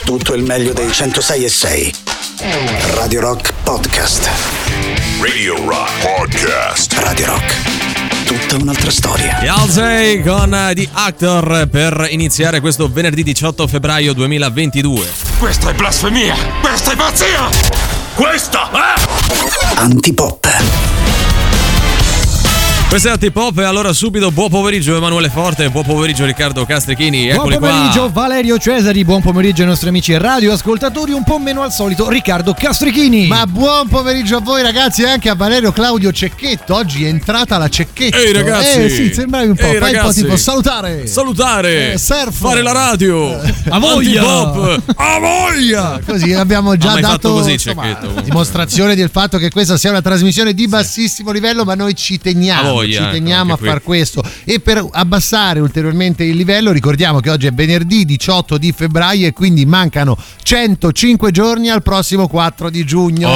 tutto il meglio dei 106.6. Radio Rock Podcast. Radio Rock Podcast. Radio Rock, tutta un'altra storia. Halsey con The Actor per iniziare questo venerdì 18 febbraio 2022. Questa è blasfemia! Questa è pazzia! Questa è Antipop. Questo è Antipop e allora subito buon pomeriggio Emanuele Forte, buon pomeriggio Riccardo Castrichini, eccoli buon pomeriggio qua. Valerio Cesari, buon pomeriggio ai nostri amici radioascoltatori, un po' meno al solito Riccardo Castrichini. Ma buon pomeriggio a voi ragazzi e anche a Valerio Claudio Cecchetto, oggi è entrata la Cecchetto. Ehi ragazzi! Sì, sembravi un po', fai ragazzi. un po' tipo salutare, surf, fare la radio, a voglia, Antipop, a voglia! Così abbiamo già dato così, insomma, Cecchetto, dimostrazione del fatto che questa sia una trasmissione di bassissimo livello, ma noi ci teniamo a far questo. E per abbassare ulteriormente il livello ricordiamo che oggi è venerdì 18 di febbraio e quindi mancano 105 giorni al prossimo 4 di giugno.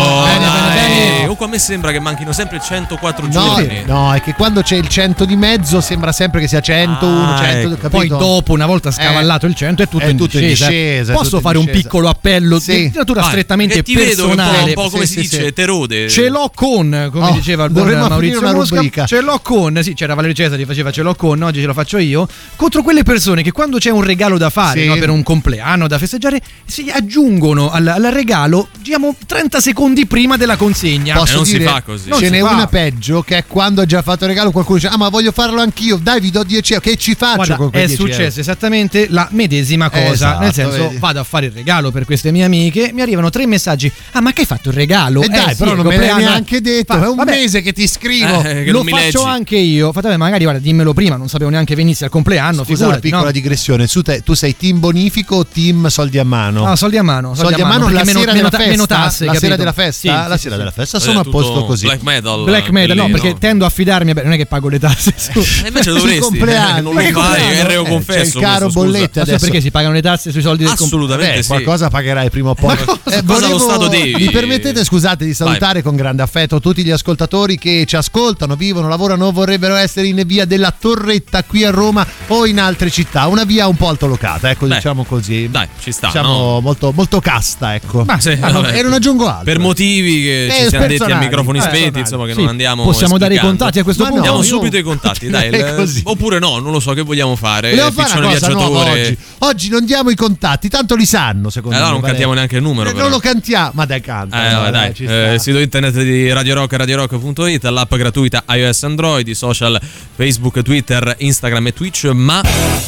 Bene. Comunque a me sembra che manchino sempre 104 giorni. No, è che quando c'è il 100 di mezzo sembra sempre che sia 101, 100, capito? Poi dopo, una volta scavallato il 100, è tutto in discesa. Posso fare un piccolo appello di natura strettamente ti personale? Vedo un po' come si dice, terode. Ce l'ho con, come diceva il buon Maurizio una Mosca, rubrica. ce l'ho con, sì, c'era Valerio Cesari faceva ce l'ho con, oggi ce lo faccio io, contro quelle persone che quando c'è un regalo da fare, no, per un compleanno da festeggiare, si aggiungono al regalo, diciamo 30 secondi prima della consegna. Posso non dire, si fa così. Ce n'è una peggio, che è quando ha già fatto il regalo qualcuno dice ma voglio farlo anch'io, dai vi do 10 euro, che ci faccio? Guarda, con quei è 10 successo euro? esattamente la medesima cosa, Esatto, nel senso vedi. vado a fare il regalo per queste mie amiche, mi arrivano 3 messaggi, ma che hai fatto il regalo? Dai, sì, però non me l'hai compleanno. neanche detto, è un mese che ti scrivo. Che Lo non mi faccio leggi. anche io. Fate, magari guarda, dimmelo prima, non sapevo neanche venisse al compleanno. Scusa, una figurati, piccola no? digressione, tu sei team bonifico o team soldi a mano? No, soldi a mano. Soldi a mano la perché sera della festa? meno tasse, la capito? sera della festa? Sì, la sì, sera sì. della festa sono a posto così. Black metal. No, perché tendo a fidarmi, non è che pago le tasse invece dovresti, compleanno. non lo fai, è reo C'è confesso. il caro questo, bollette adesso. Perché si pagano le tasse sui soldi del Assolutamente sì. Qualcosa pagherai prima o poi. Cosa lo Stato devi? Mi permettete, scusate, di salutare con grande affetto tutti gli ascoltatori che ci ascoltano, vivono, lavorano, vorrebbero essere in via della Torretta qui a Roma o in altre città, una via un po' altolocata, ecco. Diciamo così. Dai, ci sta. Diciamo molto, molto casta, ecco. Ma sì, e non aggiungo altro. Per motivi che ci siamo detti a microfoni spenti, insomma, che non andiamo. Possiamo dare i esplicando. contatti a questo punto? Diamo subito i contatti, dai. Così. Oppure no, non lo so, che vogliamo fare. Vogliamo fare una cosa nuova oggi. Oggi non diamo i contatti, tanto li sanno, secondo me. Allora non cantiamo neanche il numero. Non lo cantiamo, ma dai, canta. Dai. Sito internet di Radio Rock, radiorock.it, l'app gratuita iOS Android, i social Facebook, Twitter, Instagram e Twitch, ma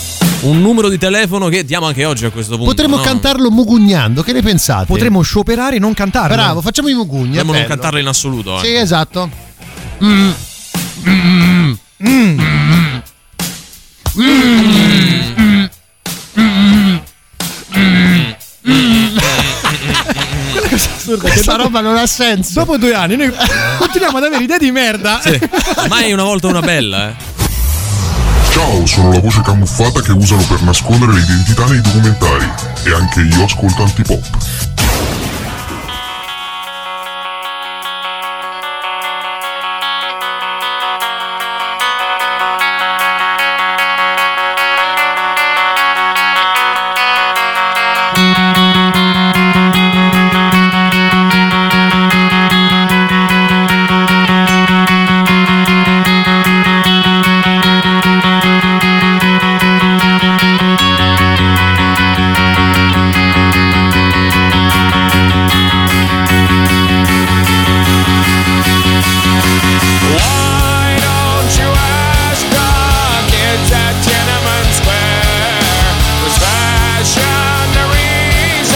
un numero di telefono che diamo anche oggi a questo punto. Potremmo cantarlo mugugnando, che ne pensate? Potremmo scioperare e non cantarlo. Bravo, facciamo i mugugni. Potremmo non cantarlo in assoluto. Sì, esatto. Questa roba non ha senso. Dopo 2 anni noi continuiamo ad avere idee di merda. Sì. Mai una volta una bella, Ciao, sono la voce camuffata che usano per nascondere l'identità nei documentari. E anche io ascolto Antipop. Fashion, the reason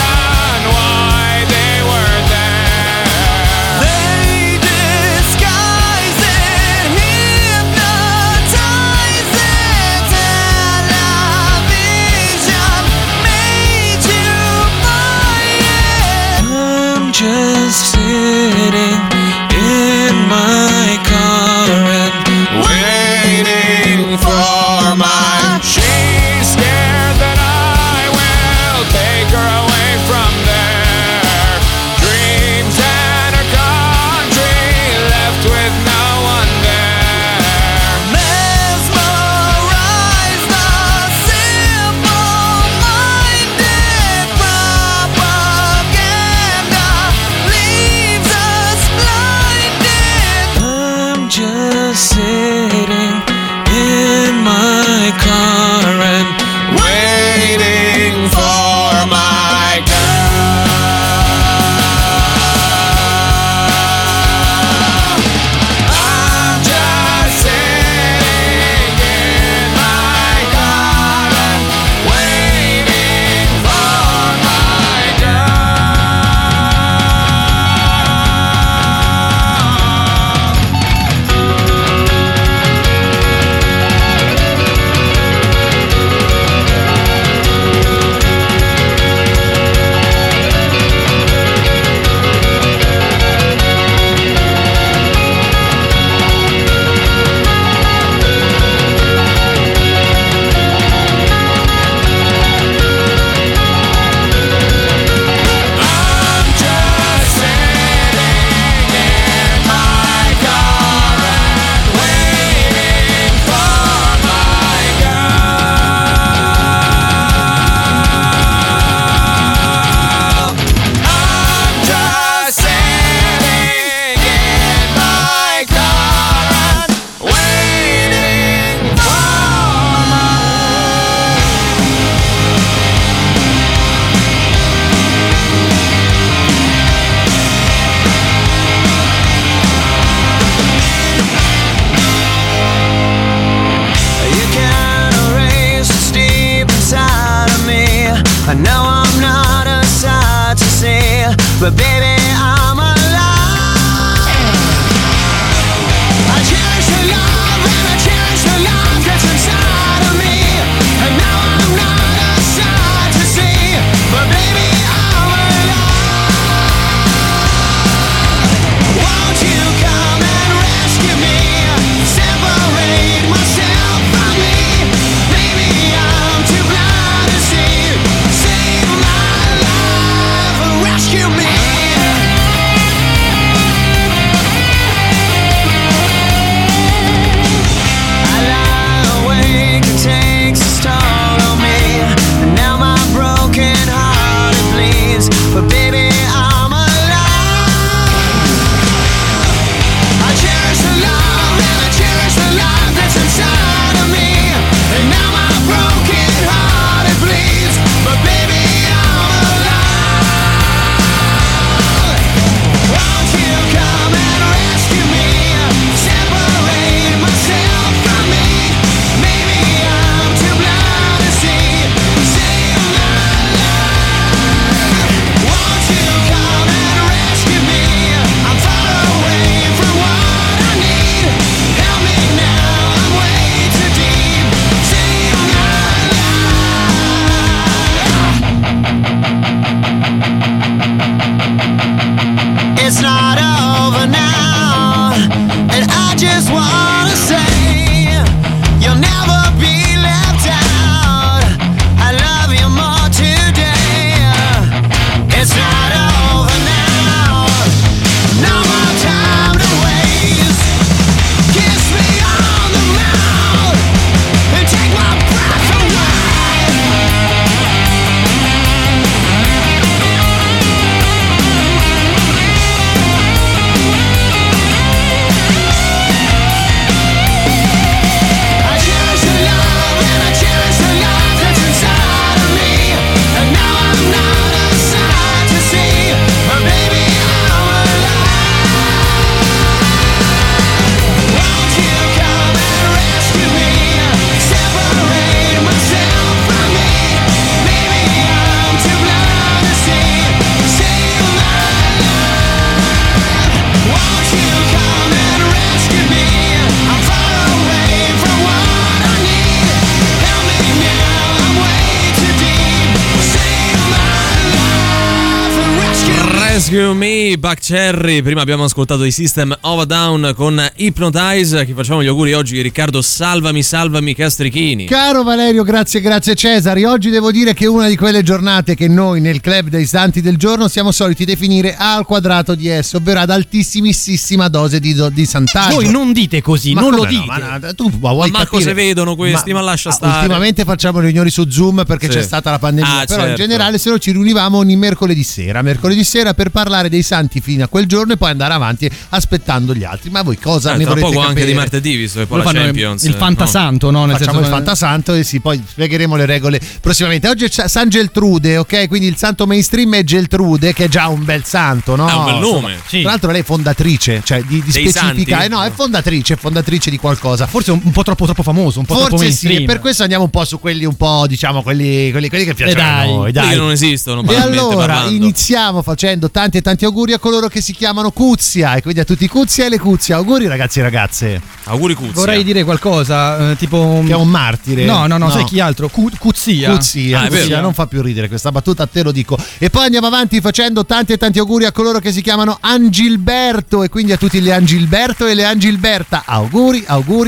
not a sight to see, but baby, I'm alive. I cherish the love and I cherish the love that's inside of me, and now I'm not a sight to see, but baby, I'm alive. Won't you come and rescue me, separate myself from me, maybe I'm too blind to see, save my life and rescue me. I lie awake, it takes a toll on me, and now my broken heart it bleeds, but baby I'm alive. I cherish the love and I cherish the love that's inside of me, and now my broken heart it bleeds, but baby I'm alive. Won't you come and rescue me, separate myself from me, maybe I'm too blind to see, save my life. Won't you come and rescue me, I'm far away from what I need, help me now, I'm way too deep, save my life. It's not over now, and I just wanna say you'll never be left out. I love you more today. It's not over now, no more time to waste. Kiss me on the mouth and take my breath away. I cherish the love and I cherish the love that's inside of me, and now I'm not a sight to see, but baby I'm alive. Won't you come and rescue me, separate myself from me, maybe I'm too blind to see, save my life. Won't you come and rescue me, I'm far away from what I need, help me now, I'm way too deep, save my life and rescue me. Rescue Me, Buckcherry. Prima abbiamo ascoltato i System of a Down con Hypnotize. Chi facciamo gli auguri oggi? Riccardo, salvami Castrichini. Caro Valerio, grazie Cesari. Oggi devo dire che è una di quelle giornate che noi nel club dei santi del giorno siamo soliti definire A al quadrato di S, ovvero ad altissimissima dose di santaggio. Voi non dite così, Ma non lo come no? dite. Tu vuoi Ma capire? se vedono questi, ma lascia stare. Ultimamente facciamo riunioni su Zoom perché Sì. c'è stata la pandemia, però in certo. generale se no ci riunivamo ogni mercoledì sera per parlare dei santi fino a quel giorno e poi andare avanti aspettando gli altri. Ma voi cosa ne Tra volete poco capire? anche di martedì, visto che poi Lo la fanno Champions. il Fantasanto, no? Nel Facciamo senso il Fantasanto e sì, poi spiegheremo le regole prossimamente. Oggi è San Geltrude, ok? Quindi il santo mainstream è Geltrude, che è già un bel santo, no? È un bel nome. Sì. Tra l'altro lei è fondatrice, cioè di specifica. santi? No, è fondatrice di qualcosa. Forse un po' troppo famoso, un po' troppo Forse sì, mainstream. e per questo andiamo un po' su quelli un po', diciamo, quelli che piacciono a dai. noi, Quelli che non esistono, E banalmente allora parlando. iniziamo facendo tanti auguri a coloro che si chiamano Cuzia, e quindi a tutti Cuzia e le Cuzia. Auguri ragazzi e ragazze. Auguri Cuzia. Vorrei dire qualcosa, tipo Che è un martire. No, sai chi altro? Cuzia. Cuzia, è vero. Cuzia, non fa più ridere questa battuta, te lo dico. E poi andiamo avanti facendo tanti auguri a coloro che si chiamano Angilberto, e quindi a tutti gli Angilberto e le Angilberta. Auguri.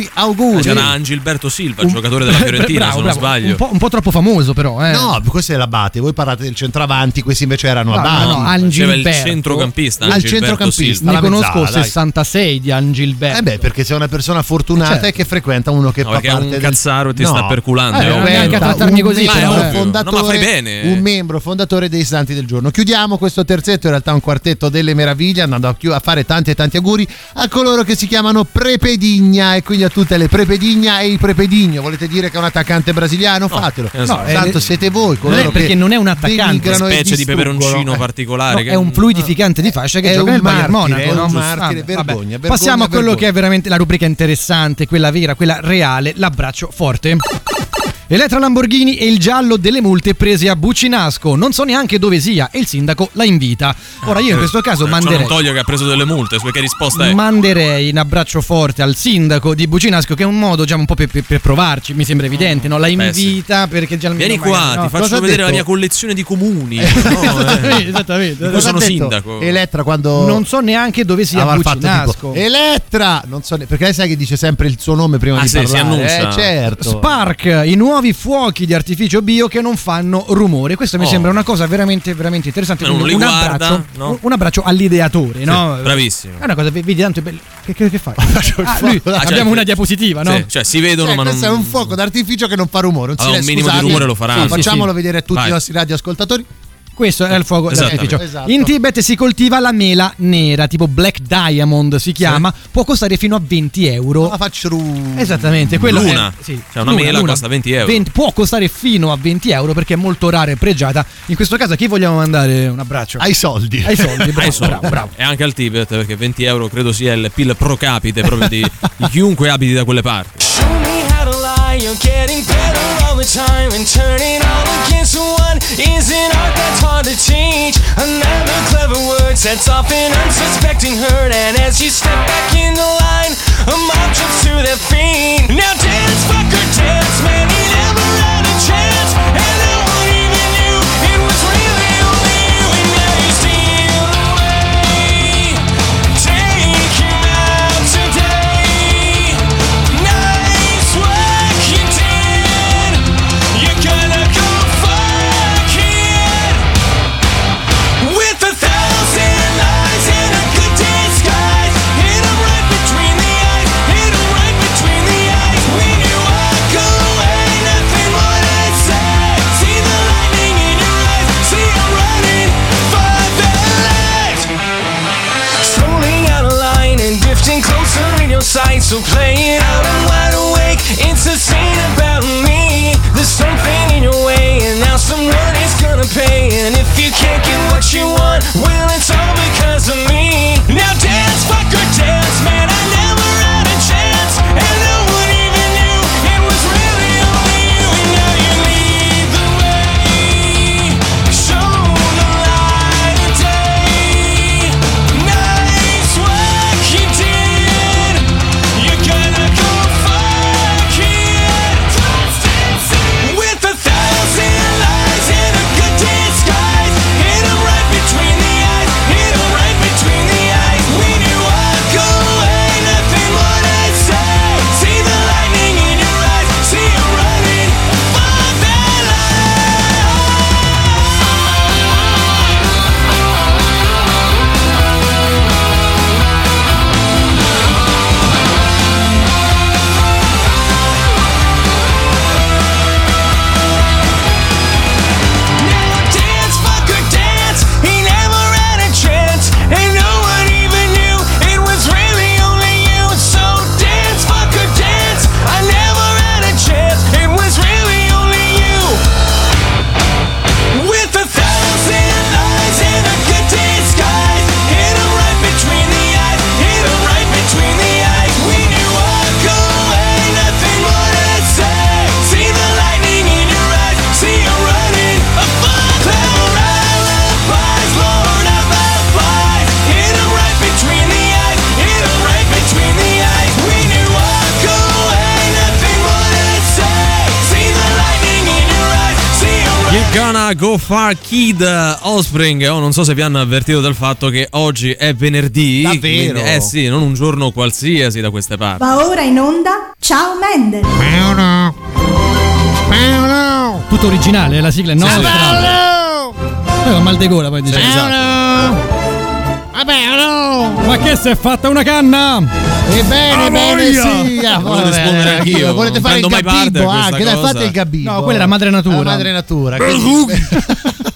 C'era Angilberto Silva, giocatore della Fiorentina, bravo, se non sbaglio. Un po' troppo famoso, però. No, questo è l'Abate. Voi parlate del centravanti, questi invece erano Abate. No, C'era Angilberto. il centrocampista. Al Angilberto centrocampista. Silva. Ne alla conosco mezzala, dai. 66 di Angilberto. Perché sei una persona fortunata Certo. e che frequenta uno che No, fa perché è parte un del... cazzaro e ti sta perculando. non neanche a trattarmi così, Ma è però, ovvio. fondatore, No, ma fai bene. un membro fondatore dei Santi del Giorno. Chiudiamo questo terzetto, in realtà un quartetto delle meraviglie, andando a fare tanti auguri a coloro che si chiamano Prepedigna, e quindi a tutte le Prepedigna e il Prepedigno. Volete dire che è un attaccante brasiliano? Fatelo. che ne so. Tanto siete voi non è coloro perché che non è un attaccante, denigrano e specie di distruggono. peperoncino particolare. No, è un fluidificante di fascia che È gioca un nel Bayern martire, Monaco. è un no? martire, Vabbè. vergogna. Passiamo a quello vergogna. che è veramente la rubrica interessante, quella vera, quella reale, l'abbraccio forte. Elettra Lamborghini e il giallo delle multe prese a Bucinasco. Non so neanche dove sia e il sindaco la invita. Ora io in questo caso manderei. Non toglie che ha preso delle multe, che risposta è? Manderei un abbraccio forte al sindaco di Bucinasco, che è un modo già un po' per provarci, mi sembra evidente, no? La invita sì. Perché già vieni qua, magari, ti faccio vedere la mia collezione di comuni. Esattamente. Io sono sindaco. Elettra quando non so neanche dove sia Bucinasco. Elettra, non so perché lei sai che dice sempre il suo nome prima di parlare. Si annuncia. Certo. Spark, i nuovi fuochi di artificio bio che non fanno rumore. Questo mi sembra una cosa veramente veramente interessante. Un abbraccio all'ideatore, no? Bravissimo. È una cosa, vedi tanto è bello. Che fai? Abbiamo una diapositiva, no? Sì, cioè si vedono ma questo non. è un fuoco d'artificio che non fa rumore. Un minimo di rumore lo farà. Sì, facciamolo vedere a tutti i nostri radioascoltatori. Questo è il fuoco d'artificio. Esatto. In Tibet si coltiva la mela nera, tipo Black Diamond si chiama, può costare fino a 20 euro. La faccio esattamente, quello Luna. Sì, cioè una mela costa 20 euro. Può costare fino a 20 euro perché è molto rara e pregiata. In questo caso a chi vogliamo mandare un abbraccio? Ai soldi. Bravo. E anche al Tibet, perché 20 euro credo sia il PIL pro capite proprio di chiunque abiti da quelle parti. You're getting better all the time, and turning all against one is an art that's hard to teach. Another clever word sets off an unsuspecting herd, and as you step back in the line, a mob jumps to their feet. Now dance, fucker, dance, man, he never had a chance, and no one even knew it was really only you, and now you steal away. Take him out today. Nice work you did. You're gonna go fuck it. With 1,000 lies and a good disguise. Hit 'em right between the eyes. Hit 'em right between the eyes. When you walk away, nothing more to say. See the lightning in your eyes. See 'em running for their lives. Strolling out of line and drifting closer in your sight. So play it out, I'm wide awake. It's a scene about me. There's something in your way, and now someone is gonna pay. And if you can't get what you want, well, it's all because of me. Now dance, fucker, dance, man, I never had a chance, and no one even knew it was really only you. And now you lead the way. Show the light of day. Nice work you did. You're gonna go fuck it. With 1,000 lies and a good disguise. Hit 'em right between the eyes. Hit 'em right between the eyes. When you walk away, nothing more to say. See the lightning in your eyes. See you running for their Dance, fucker, dance. He never had a chance, and no one even knew it was really only you. So dance, fucker, dance. I never had a chance, it was really only you. With 1,000 lies and a good disguise. Hit 'em right between the eyes. Hit 'em right between the eyes. When you walk away, nothing more to say. See the lightning in your eyes. See you running a clever alibis, Lord of the Flies. Hit 'em right between the eyes. Hit 'em right between the eyes. When you walk away, nothing more to say. See the lightning in your eyes. See you running. You're gonna go far, Kid Offspring. Non so se vi hanno avvertito del fatto che oggi è venerdì. Davvero? Quindi, sì, non un giorno qualsiasi da queste parti. Va ora in onda Ciao Mendel. Tutto originale, la sigla è nostra. Ho mal de gola poi dice. Ma che si è fatta una canna? Ebbene, sì. Volevo rispondere anch'io. Volete fare il Prendo mai parte gabbibbo a questa anche? Dai, cosa. fate il gabbibbo. No, quella è la madre natura. La madre natura.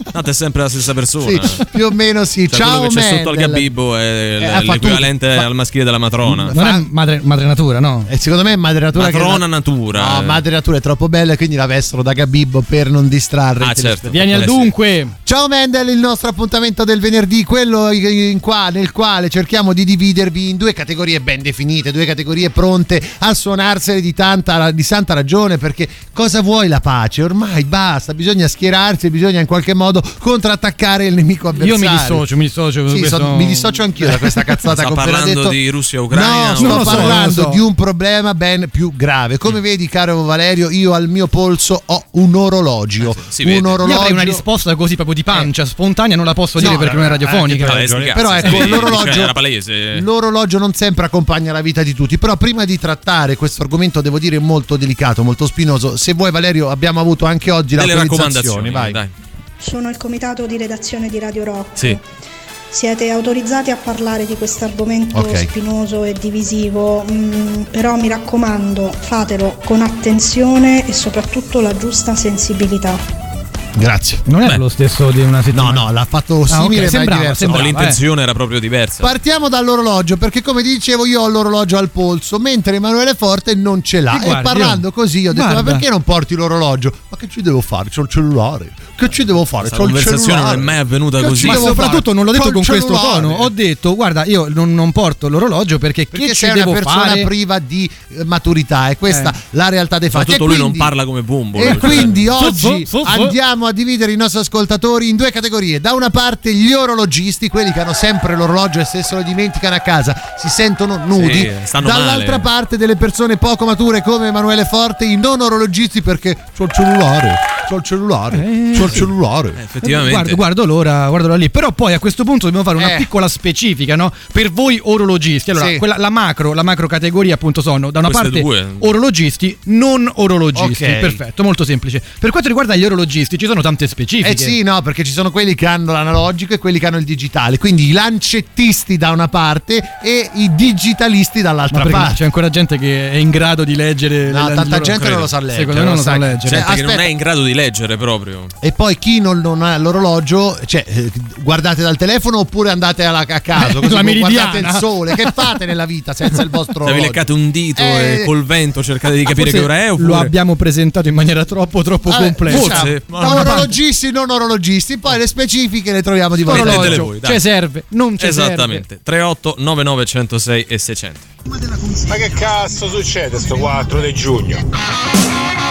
Tanto è sempre la stessa persona. Sì, più o meno sì. Cioè, Ciao quello che c'è Mendel. sotto al gabibbo è l'equivalente al maschile della matrona. Non è madre natura, no? Secondo me è madre natura. Matrona natura. No, madre natura è troppo bella, quindi la vestono da gabibbo per non distrarre. Ah, certo. Vieni al dunque. Ciao Mendel, il nostro appuntamento del venerdì, quello nel quale cerchiamo di dividervi in due categorie ben definite, due categorie pronte a suonarsene di santa ragione, perché cosa vuoi la pace? Ormai basta, bisogna schierarsi, bisogna in qualche modo contrattaccare il nemico avversario. Io mi dissocio. Sì, questo... mi dissocio anch'io da questa cazzata. Sta parlando di Russia e No, Ucraina? sto parlando di un problema ben più grave. Come vedi, caro Valerio, io al mio polso ho un orologio. Io Io avrei una risposta così proprio di pancia spontanea, non la posso dire perché non è radiofonica. Però ecco, l'orologio l'orologio non sempre accompagna la vita di tutti. Però prima di trattare questo argomento, devo dire molto delicato, molto spinoso, se vuoi Valerio abbiamo avuto anche oggi delle l'autorizzazione. Vai. Dai. Sono il comitato di redazione di Radio Rock. Sì. Siete autorizzati a parlare di questo argomento Ok. spinoso e divisivo, però mi raccomando, fatelo con attenzione e soprattutto la giusta sensibilità. Grazie. Non era lo stesso di una settimana? No, l'ha fatto simile, ok, ma è diverso. No, l'intenzione era proprio diversa. Partiamo dall'orologio, perché come dicevo io ho l'orologio al polso, mentre Emanuele Forte non ce l'ha. Guarda, e parlando così ho detto: guarda. ma perché non porti l'orologio? Ma che ci devo fare? C'ho il cellulare. Che ci devo fare? Questa C'ho il conversazione cellulare. non è mai avvenuta Che così. ci Ma devo soprattutto fare? non l'ho detto C'ho il con questo cellulare. tono. Ho detto, guarda, io non porto l'orologio perché che ci sei devo una persona fare? priva di maturità, e questa la realtà dei fatti. Soprattutto lui non parla come Bumbo. E quindi oggi Fu. andiamo a dividere i nostri ascoltatori in due categorie. Da una parte gli orologisti, quelli che hanno sempre l'orologio e se lo dimenticano a casa si sentono nudi. Sì, stanno Dall'altra male. parte delle persone poco mature come Emanuele Forte, i non orologisti, perché c'ho il cellulare. Effettivamente. Guardo l'ora lì. Però poi a questo punto dobbiamo fare una piccola specifica, no? Per voi orologisti. Allora, Sì. la macro categoria appunto sono da una Queste parte due. orologisti, non orologisti. Ok. Perfetto, molto semplice. Per quanto riguarda gli orologisti ci sono tante specifiche. Sì, no, perché ci sono quelli che hanno l'analogico e quelli che hanno il digitale. Quindi i lancettisti da una parte e i digitalisti dall'altra Ma perché parte. c'è ancora gente che è in grado di leggere No, tanta gente credo. non lo sa leggere. Secondo me non lo sa leggere. Gente che non Aspetta. è in grado di leggere proprio. E poi chi non ha l'orologio, cioè guardate dal telefono oppure andate a caso, così La meridiana. guardate il sole. Che fate nella vita senza il vostro Se vi orologio? leccate un dito e col vento cercate di capire Forse che ora è, oppure lo abbiamo presentato in maniera troppo complessa. forse. Da orologisti, non orologisti, poi le specifiche le troviamo di Mettetele vostro. voi, dai. Ci serve, non ci serve. Esattamente. 38 99 106 e 600. Ma che cazzo succede sto 4 di giugno?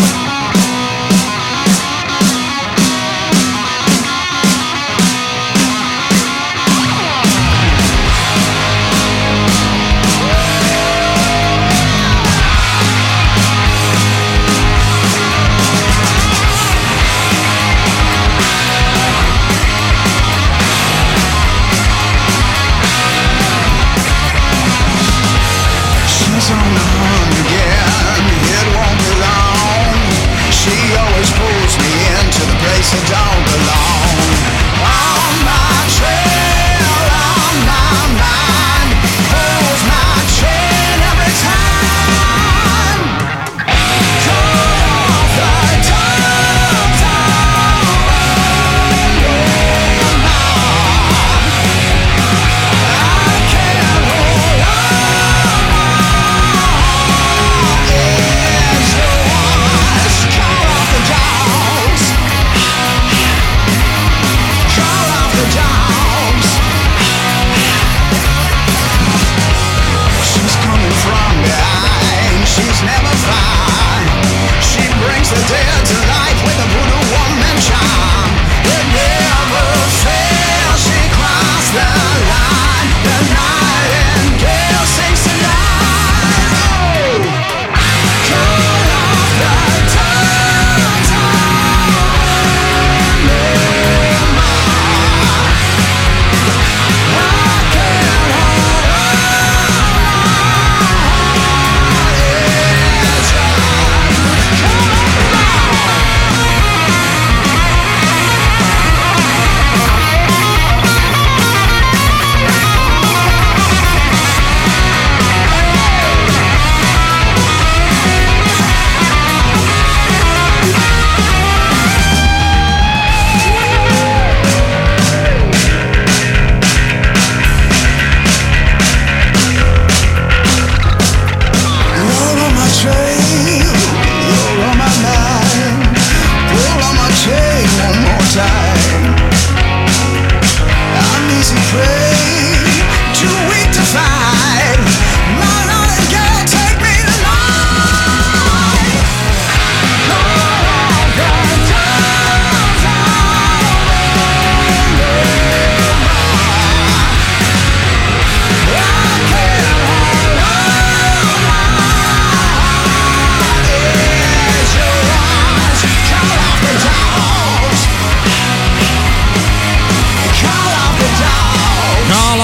She's on the run again, it won't be long.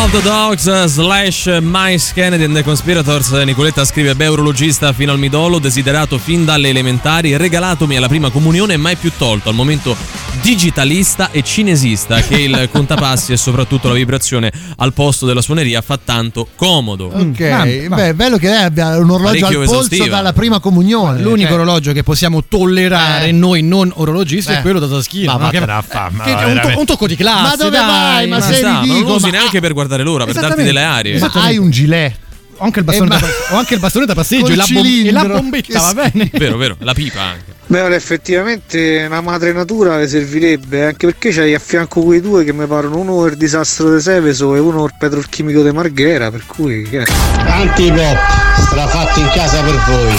of the Dogs / Mice Kennedy and the Conspirators. Nicoletta scrive: beh, orologista fino al midollo, desiderato fin dalle elementari, regalatomi alla prima comunione e mai più tolto. Al momento digitalista e cinesista, che il contapassi e soprattutto la vibrazione al posto della suoneria fa tanto comodo. Ok, beh, bello che lei abbia un orologio al polso esaustiva. dalla prima comunione. L'unico orologio che possiamo tollerare noi non orologisti è quello da taschino. Ma che è un tocco di classe. Ma dove vai? Ma sei non ridicolo. lo usi neanche per guardare l'ora, per darti delle arie. Ma hai un gilet. Ho anche il bastone da passeggio e la bombetta, va bene? Vero, la pipa anche. Beh, effettivamente una madre natura le servirebbe, anche perché c'hai a fianco quei due che mi parlano, uno per il disastro di Seveso e uno per il petrolchimico di Marghera, per cui che è? Antipop, strafatti in casa per voi.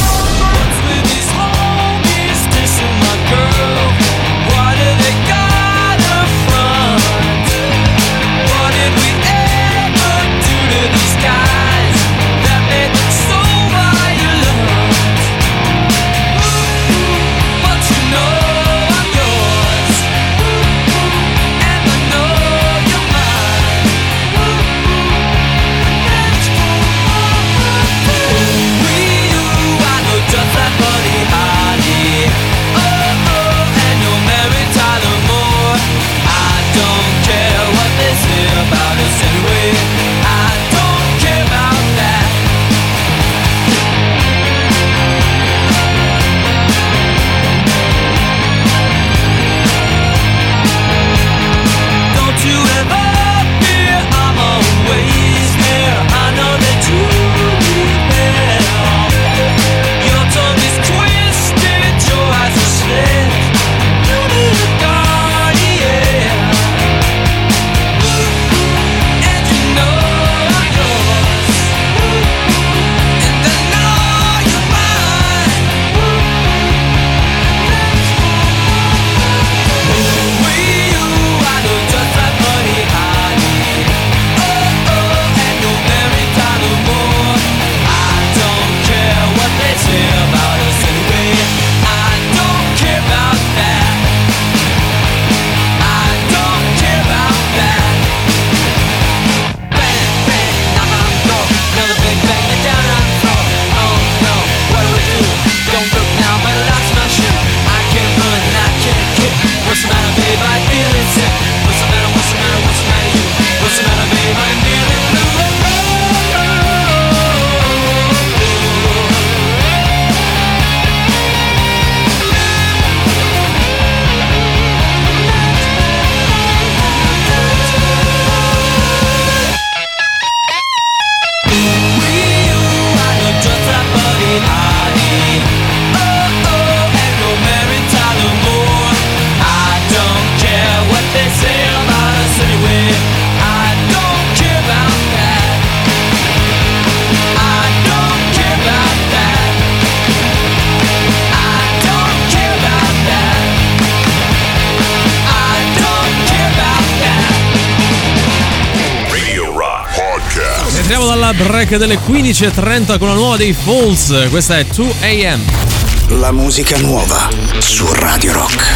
Break delle 15:30 con la nuova dei Falls. Questa è 2 AM. La musica nuova su Radio Rock.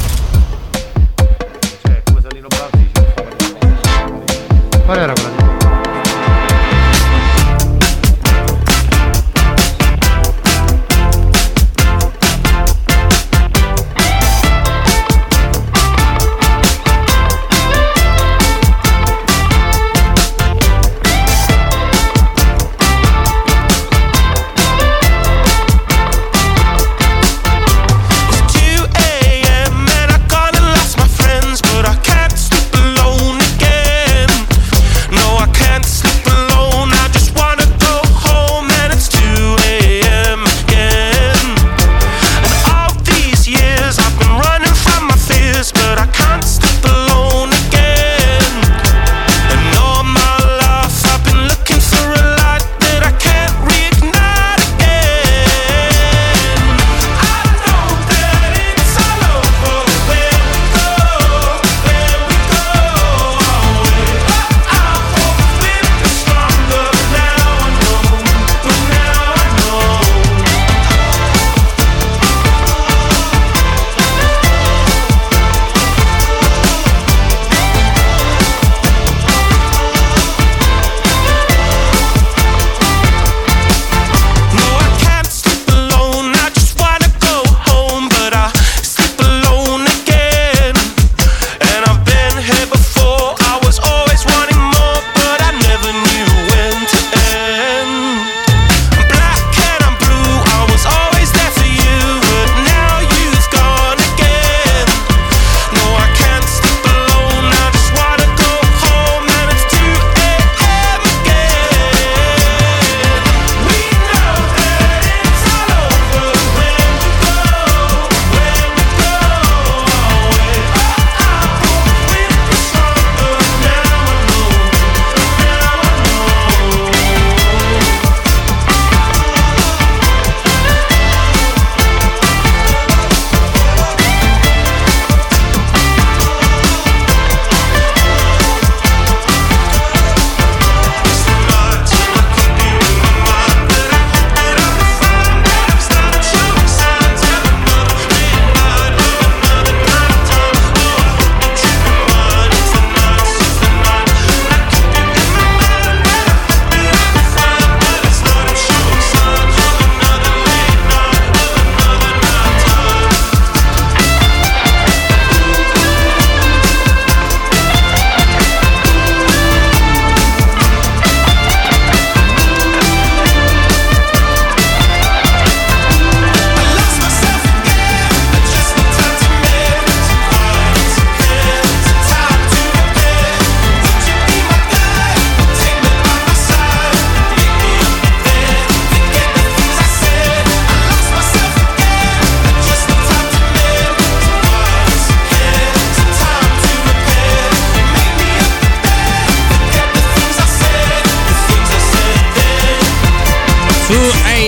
Qual era quella? No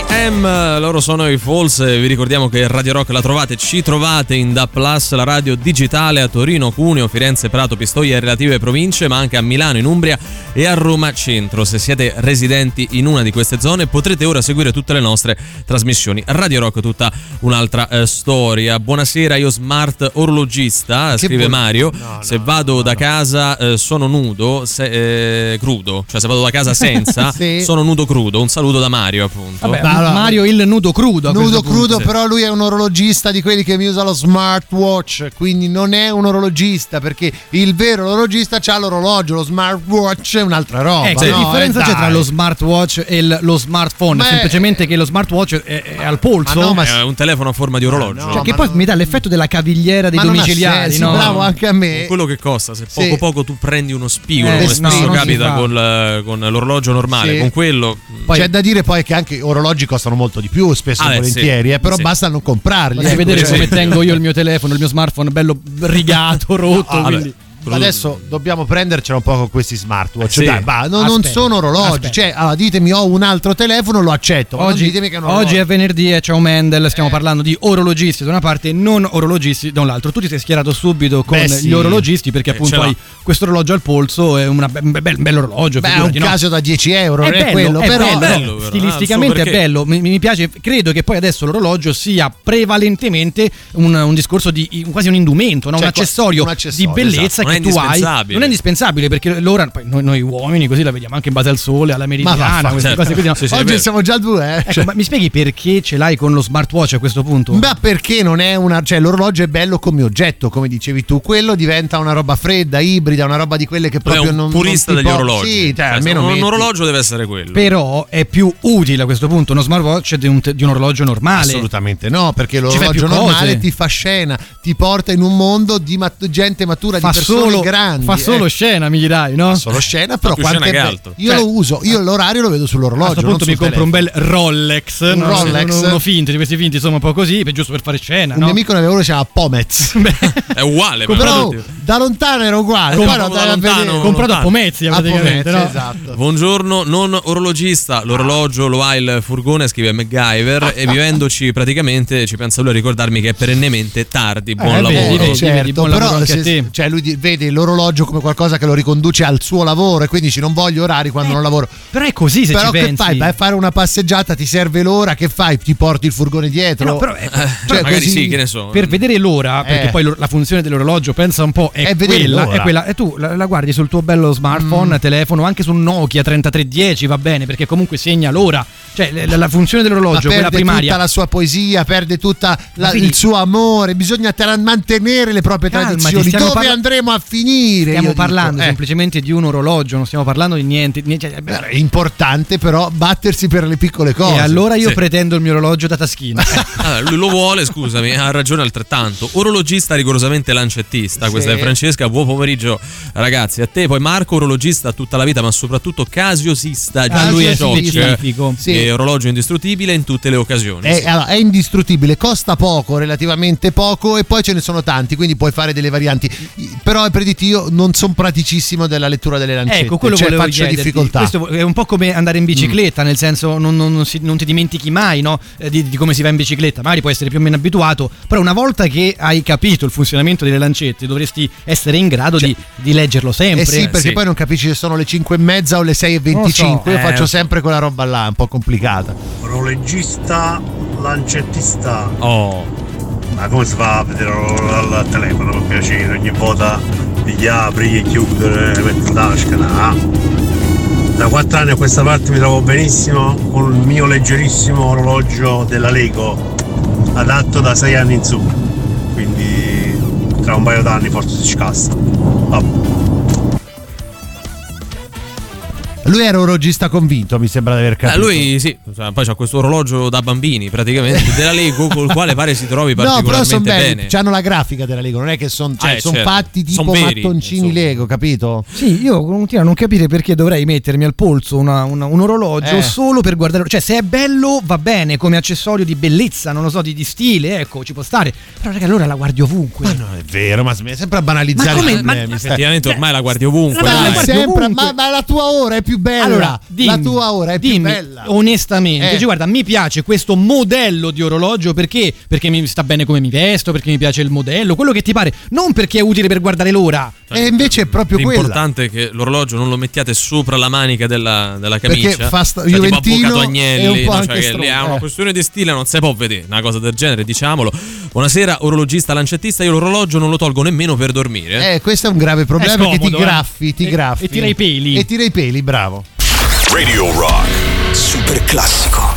R.E.M. loro sono i False. Vi ricordiamo che Radio Rock la trovate, ci trovate in DAB+, la radio digitale a Torino, Cuneo, Firenze, Prato, Pistoia e relative province, ma anche a Milano, in Umbria e a Roma Centro. Se siete residenti in una di queste zone potrete ora seguire tutte le nostre trasmissioni. Radio Rock, tutta un'altra storia. Buonasera, io smart orologista, scrive Mario. Se vado da casa sono nudo, crudo, cioè se vado da casa senza sì. Sono nudo crudo. Un saluto da Mario, appunto. Vabbè, Mario il nudo crudo. Nudo crudo, però lui è un orologista di quelli che mi usa lo smartwatch, quindi non è un orologista, perché il vero orologista c'ha l'orologio, lo smartwatch è un'altra roba. Che differenza c'è tra lo smartwatch e lo smartphone? Semplicemente che lo smartwatch è al polso. È un telefono a forma di orologio. Cioè, che poi mi dà l'effetto della cavigliera dei domiciliari, no? Bravo, anche a me. Con quello che costa, se poco tu prendi uno spigolo, come no, spesso capita con l'orologio normale, con quello. Poi c'è da dire poi che anche orologi costano molto di più, spesso e volentieri, però basta non comprarli. Devi vedere come tengo io il mio telefono, il mio smartphone bello rigato, rotto. Quindi. Adesso dobbiamo prendercela un po' con questi smartwatch. Dai, non sono orologi. Cioè, ditemi, ho un altro telefono, lo accetto. Ditemi che è un orologio. Oggi è venerdì e c'è un Mendel. Stiamo parlando di orologisti da una parte e non orologisti da un l'altro. Tu ti sei schierato subito con gli orologisti perché appunto hai questo orologio al polso. È un bel orologio. È un caso da 10 euro, non è quello, però bello. Stilisticamente è bello. Mi piace. Credo che poi adesso l'orologio sia prevalentemente un discorso di quasi un indumento, no? Un accessorio di bellezza che tu hai. Non è indispensabile perché l'ora poi noi uomini così la vediamo anche in base al sole, alla meridiana, queste cose così, no? Oggi siamo già due, ma mi spieghi perché ce l'hai con lo smartwatch a questo punto? Beh, perché non è l'orologio è bello come oggetto, come dicevi tu, quello diventa una roba fredda, ibrida, una roba di quelle che proprio non purista non degli orologi. Sì, almeno un orologio deve essere quello. Però è più utile a questo punto uno smartwatch di un orologio normale. Assolutamente no, perché l'orologio normale ti fa scena, ti porta in un mondo di gente matura, di persone grandi. Fa solo scena, mi dirai, no? Solo scena, però quanto è bello. Io lo uso, io l'orario lo vedo sull'orologio. A questo punto mi compro un bel Rolex, uno finto, di questi finti, insomma, un po' così, giusto per fare scena. Un mio amico ne aveva uno che si chiama Pomez. È uguale, però da lontano era uguale. Comprato a Pomezia, praticamente. No? Esatto. Buongiorno, non orologista. L'orologio lo ha il furgone, scrive MacGyver, e vivendoci praticamente ci pensa lui a ricordarmi che è perennemente tardi. Buon lavoro. Certo, buon però lavoro anche a te. Cioè lui vede l'orologio come qualcosa che lo riconduce al suo lavoro e quindi dici non voglio orari quando non lavoro. Però è così, se però ci pensi. Però che fai? Vai a fare una passeggiata, ti serve l'ora, che fai? Ti porti il furgone dietro? No, però magari così, sì, che ne so. Per vedere l'ora, perché poi la funzione dell'orologio, pensa un po', è quella, e tu la guardi sul tuo bello smartphone, telefono, anche su un Nokia 3310, va bene, perché comunque segna l'ora. Cioè la funzione dell'orologio, quella primaria, perde tutta la sua poesia, perde tutta il suo amore, bisogna mantenere le proprie tradizioni. Dove andremo a finire? Stiamo parlando semplicemente di un orologio, non stiamo parlando di niente. È importante però battersi per le piccole cose. E allora io pretendo il mio orologio da taschino. Allora, lui lo vuole, scusami, ha ragione altrettanto. Orologista rigorosamente lancettista, questa è Francesca. Buon pomeriggio ragazzi, a te. Poi Marco, orologista tutta la vita, ma soprattutto casiosista. Lui è specifico. È orologio indistruttibile in tutte le occasioni. Allora, è indistruttibile, costa poco, relativamente poco, e poi ce ne sono tanti, quindi puoi fare delle varianti. Però per dirti, io non sono praticissimo della lettura delle lancette. Ecco, quello faccio chiederti. difficoltà. Questo è un po' come andare in bicicletta, nel senso non ti dimentichi mai, no? Di come si va in bicicletta. Magari puoi essere più o meno abituato, però una volta che hai capito il funzionamento delle lancette dovresti essere in grado di leggerlo sempre. Sì, perché poi non capisci se sono le 5:30 o le 6:25. Io faccio sempre quella roba là, un po' complicata. Orologista, lancettista. Ma come si fa a vedere al telefono, per piacere? Ogni volta gli apri e chiudere, metti in tasca, no? Da 4 anni a questa parte mi trovo benissimo con il mio leggerissimo orologio della Lego, adatto da 6 anni in su, quindi tra un paio d'anni forse si scassa. Lui era orologista convinto, mi sembra di aver capito. Lui sì, poi c'ha questo orologio da bambini praticamente della Lego, col quale pare si trovi particolarmente bene. C'hanno la grafica della Lego, non è che sono fatti tipo mattoncini Lego, capito? Sì, io continuo a non capire perché dovrei mettermi al polso un orologio solo per guardare. Cioè, se è bello va bene come accessorio di bellezza, non lo so, di stile, ecco, ci può stare. Però raga, allora la guardi ovunque. Ma no, è vero, ma sembra banalizzare. Effettivamente ormai la guardi ovunque. Ma la tua ora è più più bella. Allora, dimmi, la tua ora è più bella. Onestamente, guarda, mi piace questo modello di orologio perché mi sta bene come mi vesto, perché mi piace il modello, quello che ti pare, non perché è utile per guardare l'ora. E invece è proprio quella. L'importante è che l'orologio non lo mettiate sopra la manica della camicia. Perché fa tipo Avvocato Agnelli, un po' cioè che lì è una questione di stile, non si può vedere una cosa del genere, diciamolo. Buonasera, orologista lancettista, io l'orologio non lo tolgo nemmeno per dormire. Questo è un grave problema, scomodo, perché ti graffi. E tira i peli. E tira i peli, bravo. Radio Rock, super classico.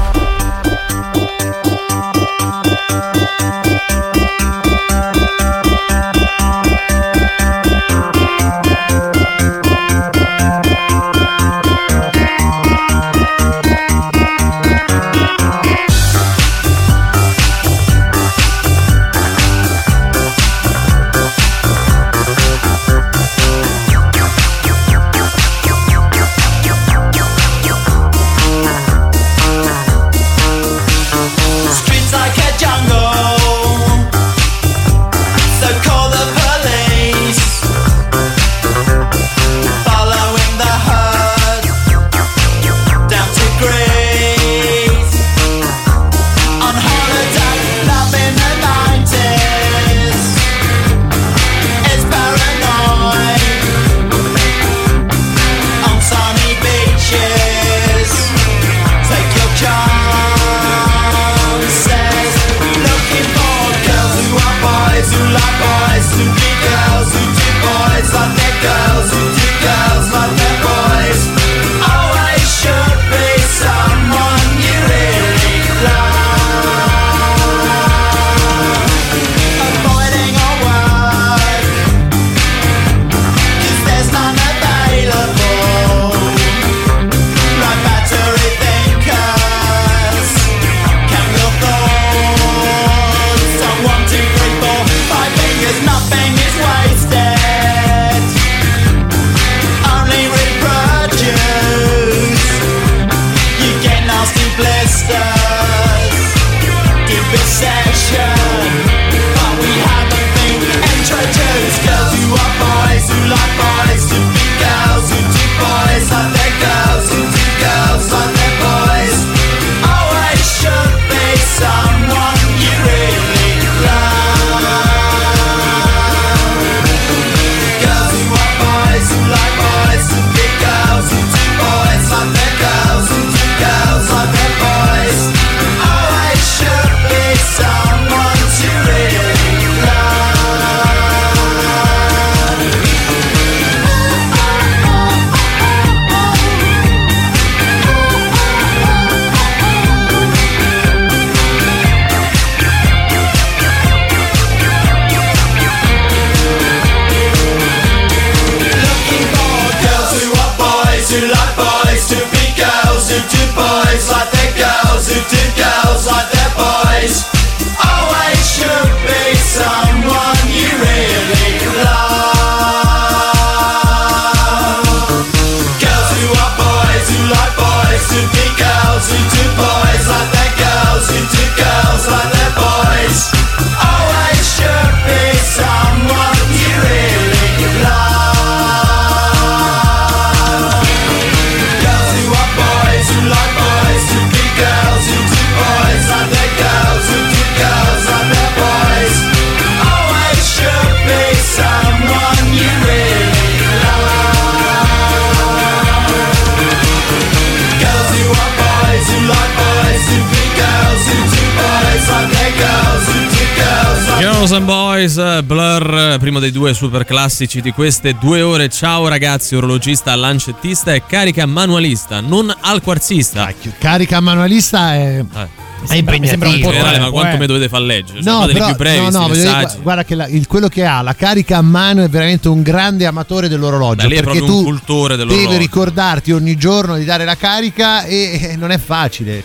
Boys, Blur, primo dei due super classici di queste 2 ore. Ciao ragazzi, orologista, lancettista e carica manualista, non alquarzista. Carica manualista è impegnativo. Un po' ma quanto mi dovete far leggere? Cioè, no, però, più brevi, guarda che quello che ha la carica a mano è veramente un grande amatore dell'orologio. Lì è perché proprio tu un cultore dell'orologio. devi ricordarti ogni giorno di dare la carica e non è facile.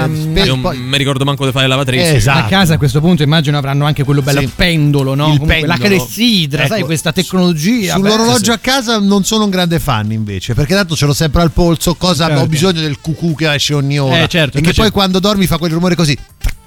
Io non mi ricordo manco di fare la lavatrice. Esatto. A casa a questo punto immagino avranno anche quello bello pendolo, no? Il pendolo. La clessidra, Ecco, sai, questa tecnologia. Sull'orologio a casa non sono un grande fan invece, perché tanto ce l'ho sempre al polso. Ho bisogno del cucù che esce ogni ora. Certo, e che poi quando dormi fa quel rumore così.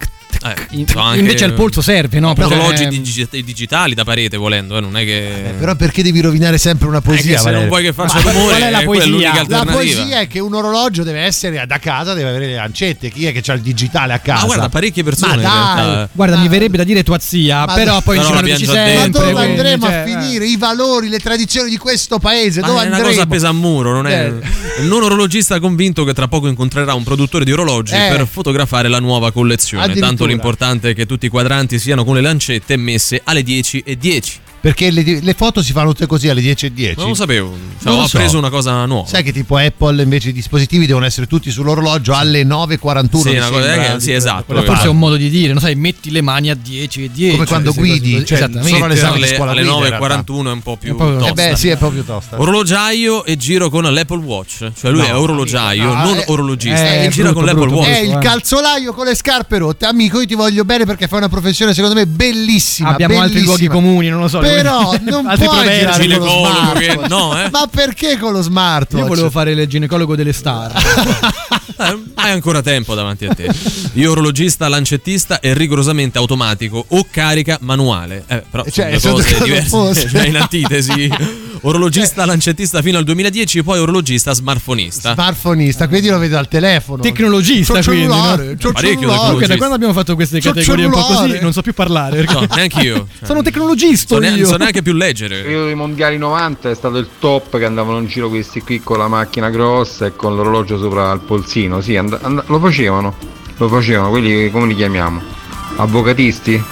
Invece al polso serve, no? Orologi digitali da parete volendo, non è che. Però perché devi rovinare sempre una poesia? Se non vuoi che faccia rumore, qual è la poesia? L'unica alternativa. La poesia è che un orologio deve essere da casa, deve avere le lancette. Chi è che c'ha il digitale a casa? Ma guarda, parecchie persone. Guarda, mi verrebbe da dire tua zia, però poi ce lo dici sempre. Ma dove andremo a finire? I valori, le tradizioni di questo paese? Dove andremo? È una cosa appesa a muro, non è? Il non orologista convinto che tra poco incontrerà un produttore di orologi per fotografare la nuova collezione. Tanto l'importante è che tutti i quadranti siano con le lancette messe alle 10:10. Perché le foto si fanno tutte così alle 10:10. Non lo sapevo, ho preso una cosa nuova. Sai che tipo Apple invece i dispositivi devono essere tutti sull'orologio alle 9:41. Sì, esatto. Forse è un modo di dire, non sai, metti le mani a 10:10. Come quando guidi, cioè solo l'esame di scuola alle 9:41 è un po' più tosta. Sì, è proprio tosta. Orologiaio e giro con l'Apple Watch. Cioè lui è orologiaio, non orologista, e gira con l'Apple Watch. È il calzolaio con le scarpe rotte. Amico, io ti voglio bene perché fai una professione secondo me bellissima. Abbiamo altri luoghi comuni, non lo so. Però non puoi girare con lo smartphone. No, Ma perché con lo smartphone? Io volevo fare il ginecologo delle star. Hai ancora tempo davanti a te. Io orologista, lancettista e rigorosamente automatico o carica manuale. Però sono due cose diverse, cioè in antitesi. Orologista, lancetista fino al 2010, poi orologista, smartphonista. Smartphonista, quindi lo vedo al telefono. Tecnologista, quindi. Parecchio tecnologista. Da quando abbiamo fatto queste categorie un po' così, non so più parlare. No, neanche io. Sono tecnologista. Non so neanche più leggere. Il periodo dei mondiali 90 è stato il top, che andavano in giro questi qui con la macchina grossa e con l'orologio sopra il polsino. Sì, lo facevano, quelli come li chiamiamo? Avvocatisti?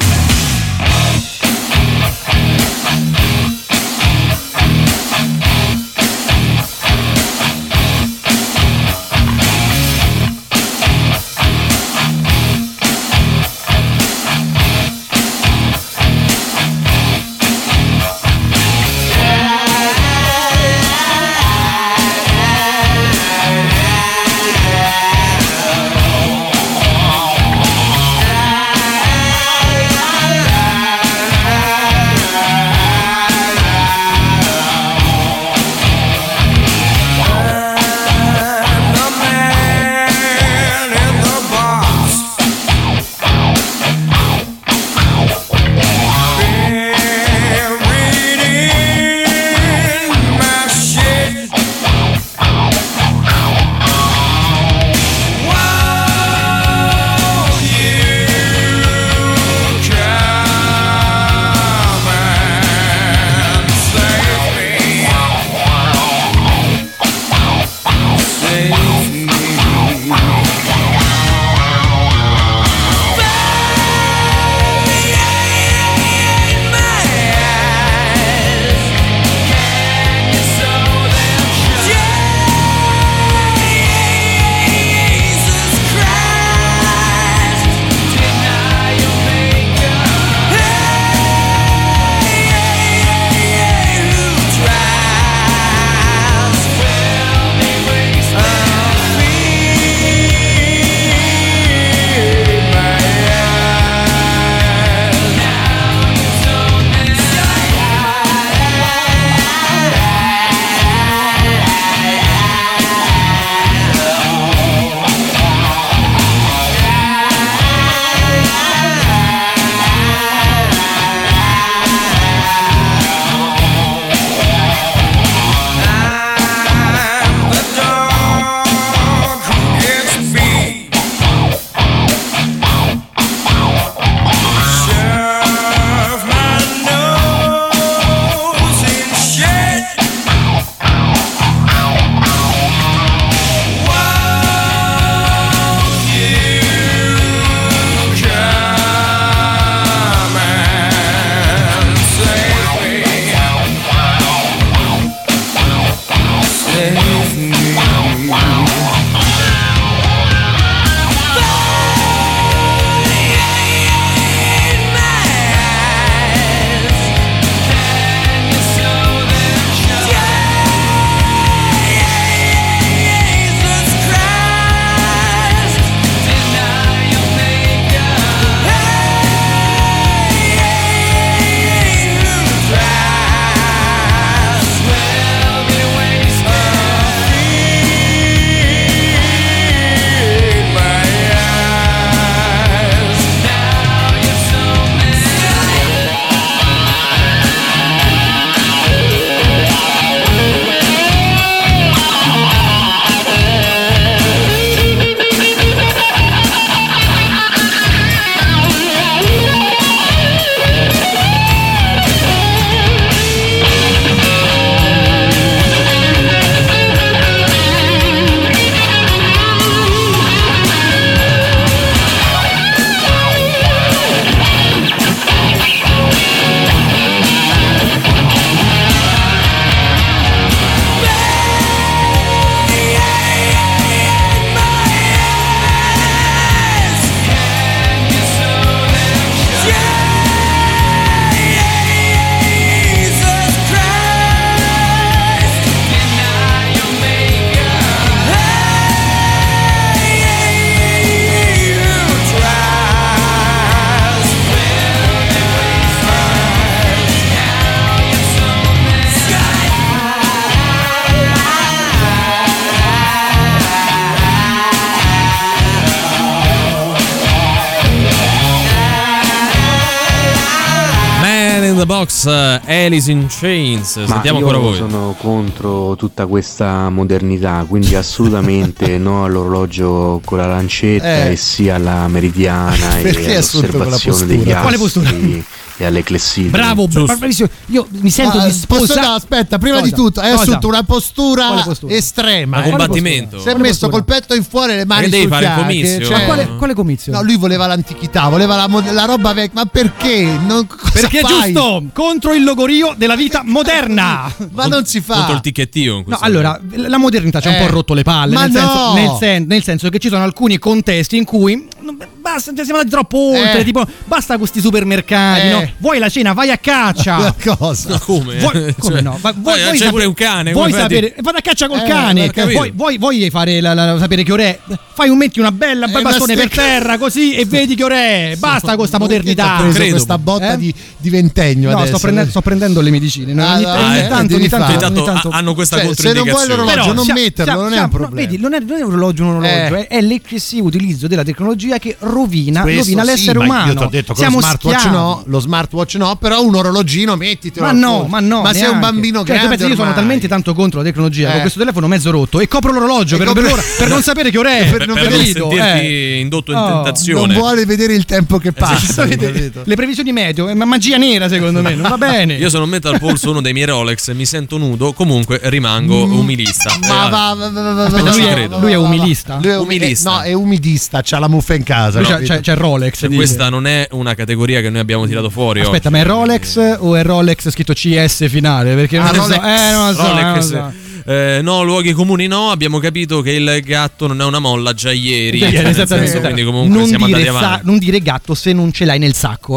Box, Alice in Chains. Sentiamo io ancora voi. Sono contro tutta questa modernità, quindi assolutamente no all'orologio con la lancetta e sì alla meridiana e all'osservazione degli astri e alle clessidre. Bravo, bravissimo. Io mi sento di sposa. Aspetta, prima di tutto hai assunto una postura estrema. Un combattimento. Si è messo col petto in fuori e le mani sul fare il fianco. comizio? Cioè, quale comizio? No, lui voleva l'antichità, voleva la roba vecchia. Ma perché? Perché è giusto contro il logorio della vita moderna. Ma non si fa. Contro il ticchettio. No, allora, la modernità ci ha un po' rotto le palle. Ma nel senso che ci sono alcuni contesti in cui basta, siamo andati troppo oltre. Tipo, basta questi supermercati, no? Vuoi la cena, vai a caccia. Cosa? Come? Come no? C'è sapere, pure un cane. Vuoi sapere? Vado a caccia col cane. Vuoi fare sapere che ore è? Metti una bella bastone per terra così e vedi che ore è. Basta con sta modernità. Ho preso questa botta di ventennio. No, adesso. sto prendendo le medicine. Ogni tanto hanno questa controindicazione. Se non vuoi l'orologio, non metterlo, non è un problema. Vedi, non è un orologio, è l'eccessivo utilizzo della tecnologia che rovina l'essere umano. Io ti ho detto che lo smartwatch no, però un orologino mettitelo. Ma sei un bambino grande. Io sono talmente tanto contro la tecnologia con questo telefono mezzo rotto e copro l'orologio per non sapere che ore è. Per non sentirti indotto in tentazione. Non vuole vedere il tempo che passa. Le previsioni meteo è magia nera, secondo me. Non va bene. Io se non metto al polso uno dei miei Rolex mi sento nudo, comunque rimango umilista. Aspetta, lui è umilista? No, è umidista, c'ha la muffa in casa. C'è il Rolex. Questa non è una categoria che noi abbiamo tirato fuori. Aspetta, ma è Rolex o è Rolex scritto CS finale? Perché non lo so. Rolex. No, luoghi comuni no, abbiamo capito che il gatto non è una molla già ieri. Esattamente. Quindi comunque siamo andati avanti. Non dire gatto se non ce l'hai nel sacco,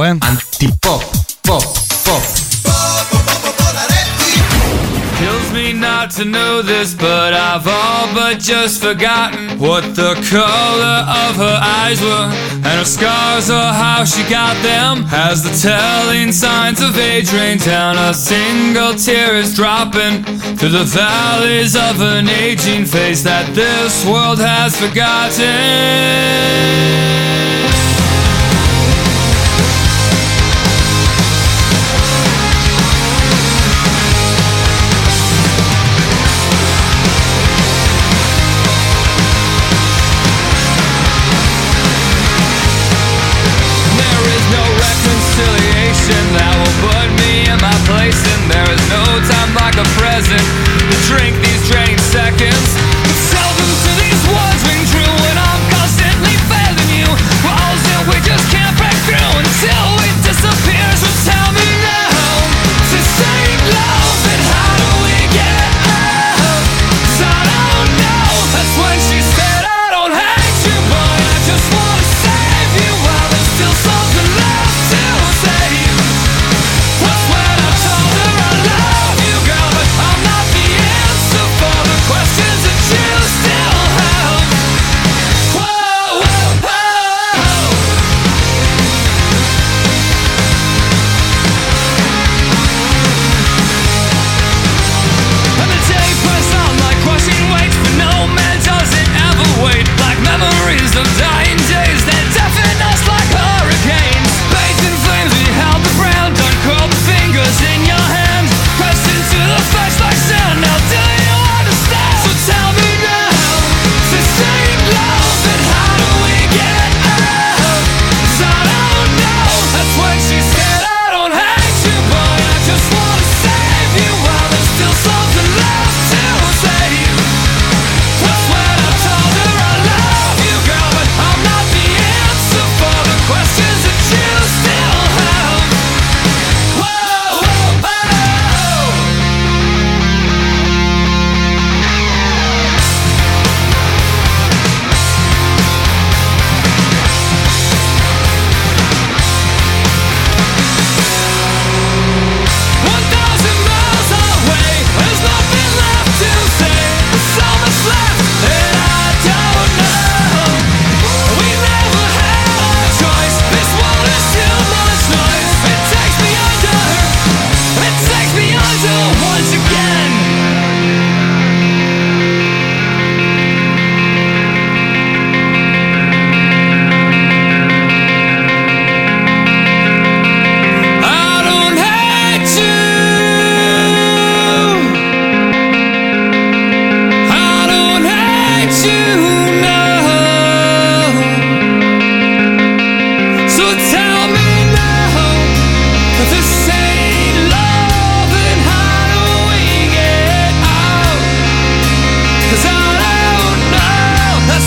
Kills me not to know this, but I've all but just forgotten what the color of her eyes were, and her scars or how she got them. As the telling signs of age rain down, a single tear is dropping through the valleys of an aging face that this world has forgotten. That will put me in my place, and there is no time like a present to drink these draining seconds. Tell them to these words ring true, and I'm constantly failing you. Walls that we just can't break through until we disappear. So tell me now, to save love, and how do we get out? 'Cause I don't know. That's when she said, I don't hate you, but I just wanna save you while there's still something left to say. Questions that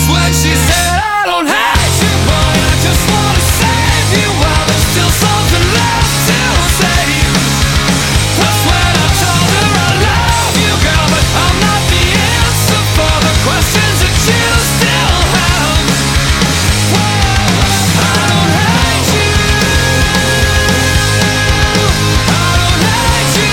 when she said I don't hate you, but I just wanna save you while there's still something left to say. That's when I told her I love you, girl, but I'm not the answer for the questions that you still have. I don't hate you. I don't hate you.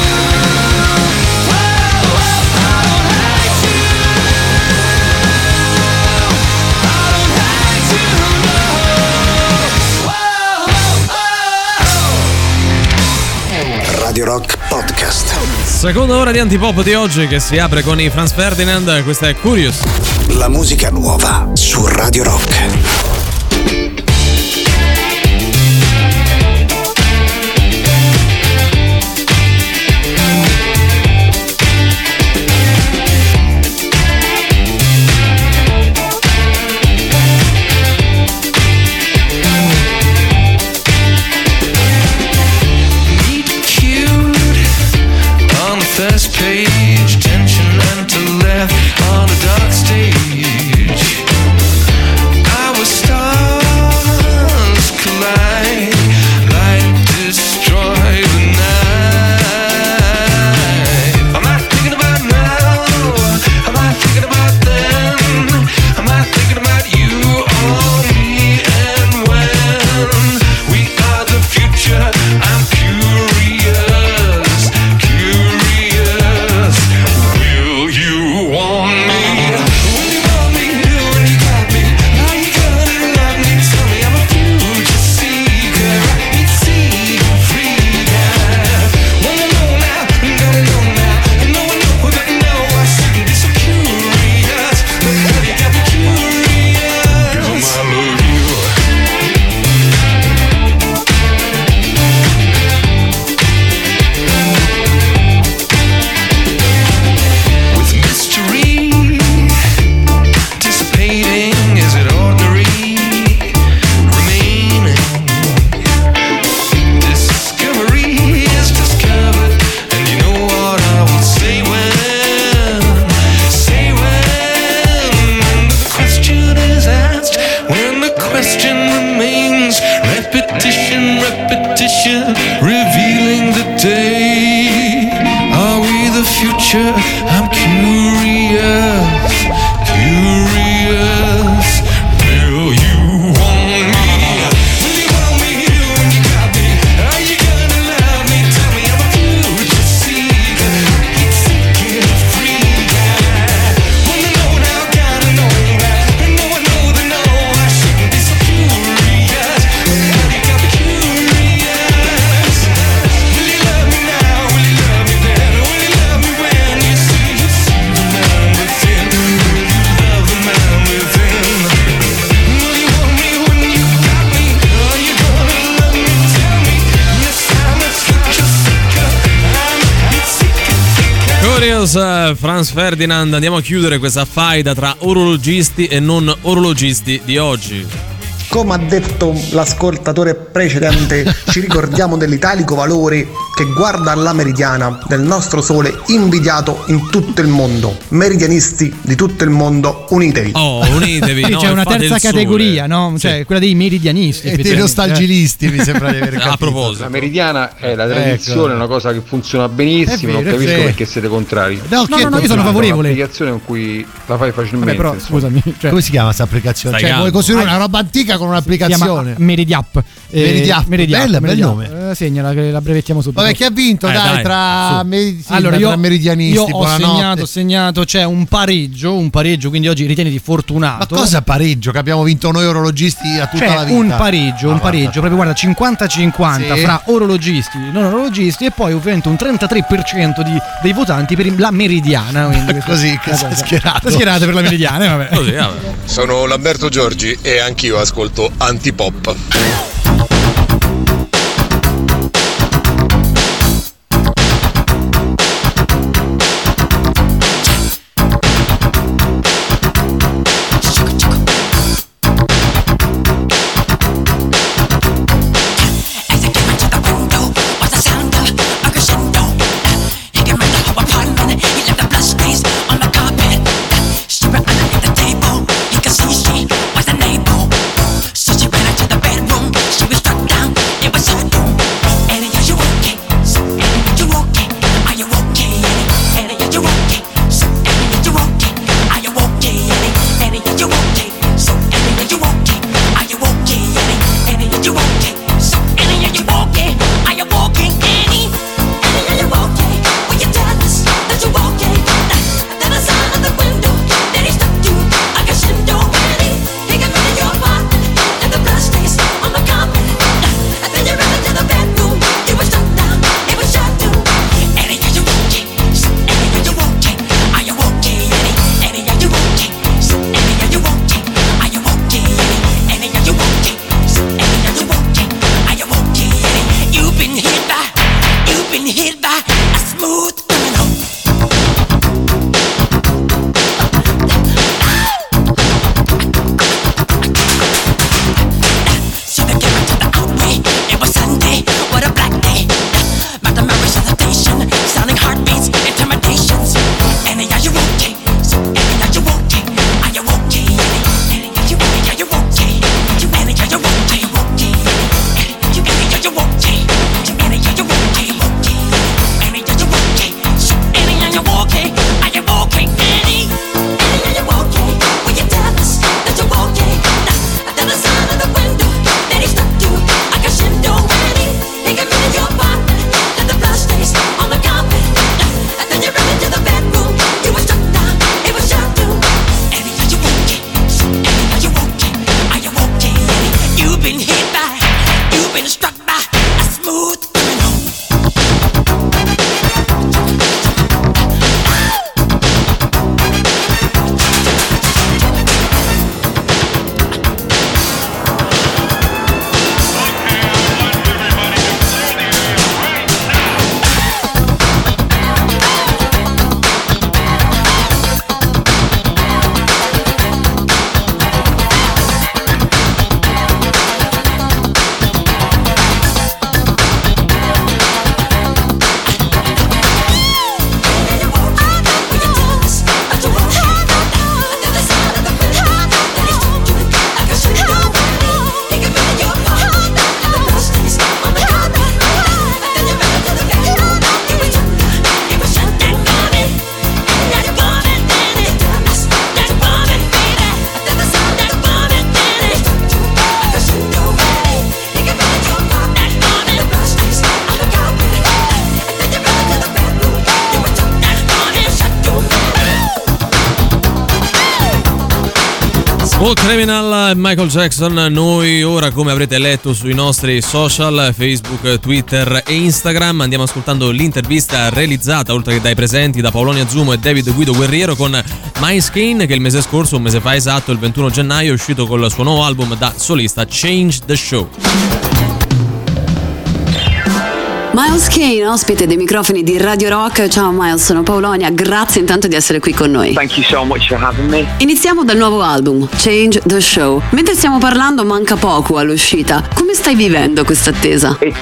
Radio Rock Podcast. Seconda ora di Antipop di oggi che si apre con i Franz Ferdinand, questa è Curious. La musica nuova su Radio Rock. First page, tension and to left on a dark stage. Our stars collide, light destroy the night. Am I thinking about now? Am I thinking about then? Am I thinking about you or me and when? We are the future, I'm curious. Will you want me? Will you want me? When you got me? Are you gonna love me? Tell me I'm a future seeker. It's seeking freedom. Wanna know now? Gotta know now. I know that now I shouldn't be so curious. But have you got me curious? 'Cause I love you. With mystery dissipating, is it ordinary remaining? Discovery is discovered, and you know what I will say when the question is asked, when the question remains, repetition, revealing the day. Are we the future? I'm curious. Will you want me? Will you want me when you got me? Are you gonna love me? Tell me I'm a future seeker. It's seeking freedom. Wanna know now, gotta know now. I know the know. I shouldn't be so curious. But have you got me curious? Will you love me now? Will you love me then? Will you love me when you see the man within? Will you love the man within? Will you want me when you got me? Are you gonna love me? Tell me. Yes, I'm a future seeker. It's seeking. Curious, Franz Ferdinand. Andiamo a chiudere questa faida tra orologisti e non orologisti di oggi. Come ha detto l'ascoltatore precedente, ci ricordiamo dell'italico valore che guarda alla meridiana del nostro sole invidiato in tutto il mondo. Meridianisti di tutto il mondo, unitevi. Oh, unitevi. Sì, no, c'è una terza categoria, no? Sì. Cioè quella dei meridianisti. E dei nostalgilisti, mi sembra di aver capito. A proposito, la meridiana è la tradizione, è una cosa che funziona benissimo, non capisco perché siete contrari. No, io sono favorevole. È un'applicazione in cui la fai facilmente. Vabbè, però, scusami, come si chiama questa applicazione? Stai Vuoi costruire una roba antica con un'applicazione? Meridiapp. Bel nome. Segnala che la brevettiamo subito. Vabbè, chi ha vinto? Dai, tra allora, tra meridianisti. Io ho segnato, c'è un pareggio, quindi oggi ritieniti fortunato. Ma cosa pareggio? Che abbiamo vinto noi orologisti a tutta la vita? Un pareggio, proprio guarda, 50-50 fra orologisti e non orologisti, e poi ovviamente un 33% dei votanti per la meridiana. Così, che sei schierato. Schierate per la meridiana, vabbè. Così, vabbè. Sono Lamberto Giorgi e anch'io ascolto Antipop. He left the blood stains on the carpet. She ran underneath the table. He Oh, Criminal, Michael Jackson. Noi ora, come avrete letto sui nostri social, Facebook, Twitter e Instagram, andiamo ascoltando l'intervista realizzata, oltre che dai presenti, da Paolonia Zumo e David Guido Guerriero con Miles Kane, che il mese scorso, un mese fa esatto, il 21 gennaio, è uscito col suo nuovo album da solista, Change the Show. Miles Kane, ospite dei microfoni di Radio Rock. Ciao Miles, sono Paolonia, grazie intanto di essere qui con noi. Thank you so much for having me. Iniziamo dal nuovo album, Change the Show. Mentre stiamo parlando manca poco all'uscita. Come stai vivendo questa attesa? It's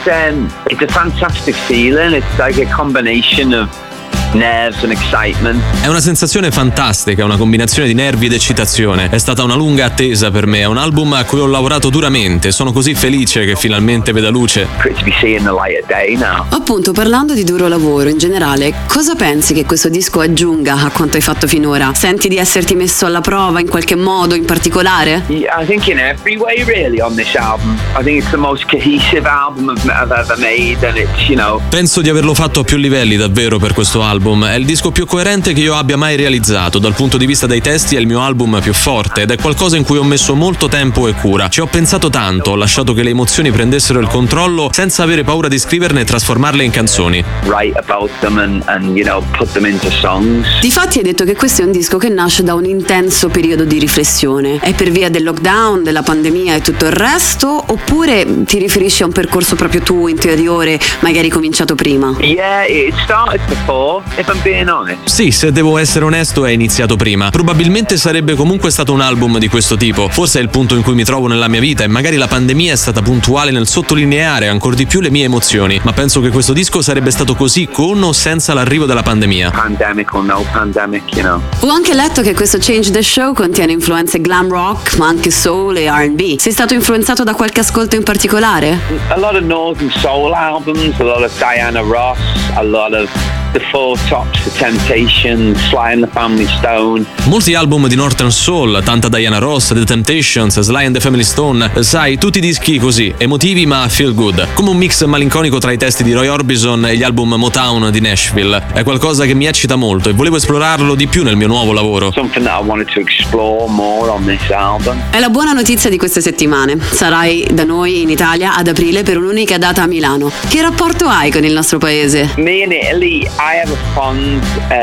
a fantastic feeling. It's like a combination of nerves and excitement. È una sensazione fantastica, una combinazione di nervi ed eccitazione. È stata una lunga attesa per me, è un album a cui ho lavorato duramente. Sono così felice che finalmente veda luce. Great to be seeing the light of day now. Appunto, parlando di duro lavoro in generale, cosa pensi che questo disco aggiunga a quanto hai fatto finora? Senti di esserti messo alla prova in qualche modo in particolare? Yeah, I think in every way really on this album. I think it's the most cohesive album I've ever made, and it's, you know. Penso di averlo fatto a più livelli davvero per questo album. È il disco più coerente che io abbia mai realizzato. Dal punto di vista dei testi è il mio album più forte ed è qualcosa in cui ho messo molto tempo e cura. Ci ho pensato tanto, ho lasciato che le emozioni prendessero il controllo senza avere paura di scriverne e trasformarle in canzoni. Write about them and you know, put them into songs. Difatti hai detto che questo è un disco che nasce da un intenso periodo di riflessione. È per via del lockdown, della pandemia e tutto il resto, oppure ti riferisci a un percorso proprio tuo interiore, magari cominciato prima? Yeah, it started before. If I'm being honest. Sì, se devo essere onesto, è iniziato prima. Probabilmente sarebbe comunque stato un album di questo tipo. Forse è il punto in cui mi trovo nella mia vita e magari la pandemia è stata puntuale nel sottolineare ancora di più le mie emozioni. Ma penso che questo disco sarebbe stato così con o senza l'arrivo della pandemia. Pandemic or no pandemic, you know. Ho anche letto che questo Change the Show contiene influenze glam rock, ma anche soul e R&B. Sei stato influenzato da qualche ascolto in particolare? A lot of northern soul albums, a lot of Diana Ross, a lot of The Four Tops, The Temptations, Sly and the Family Stone. Molti album di Northern Soul, tanta Diana Ross, The Temptations, Sly and the Family Stone. Sai, tutti dischi così, emotivi ma feel good. Come un mix malinconico tra i testi di Roy Orbison e gli album Motown di Nashville. È qualcosa che mi eccita molto e volevo esplorarlo di più nel mio nuovo lavoro. Something that I wanted to explore more on this album. È la buona notizia di queste settimane. Sarai da noi in Italia ad aprile per un'unica data a Milano. Che rapporto hai con il nostro paese? Me in Italy, I have a fond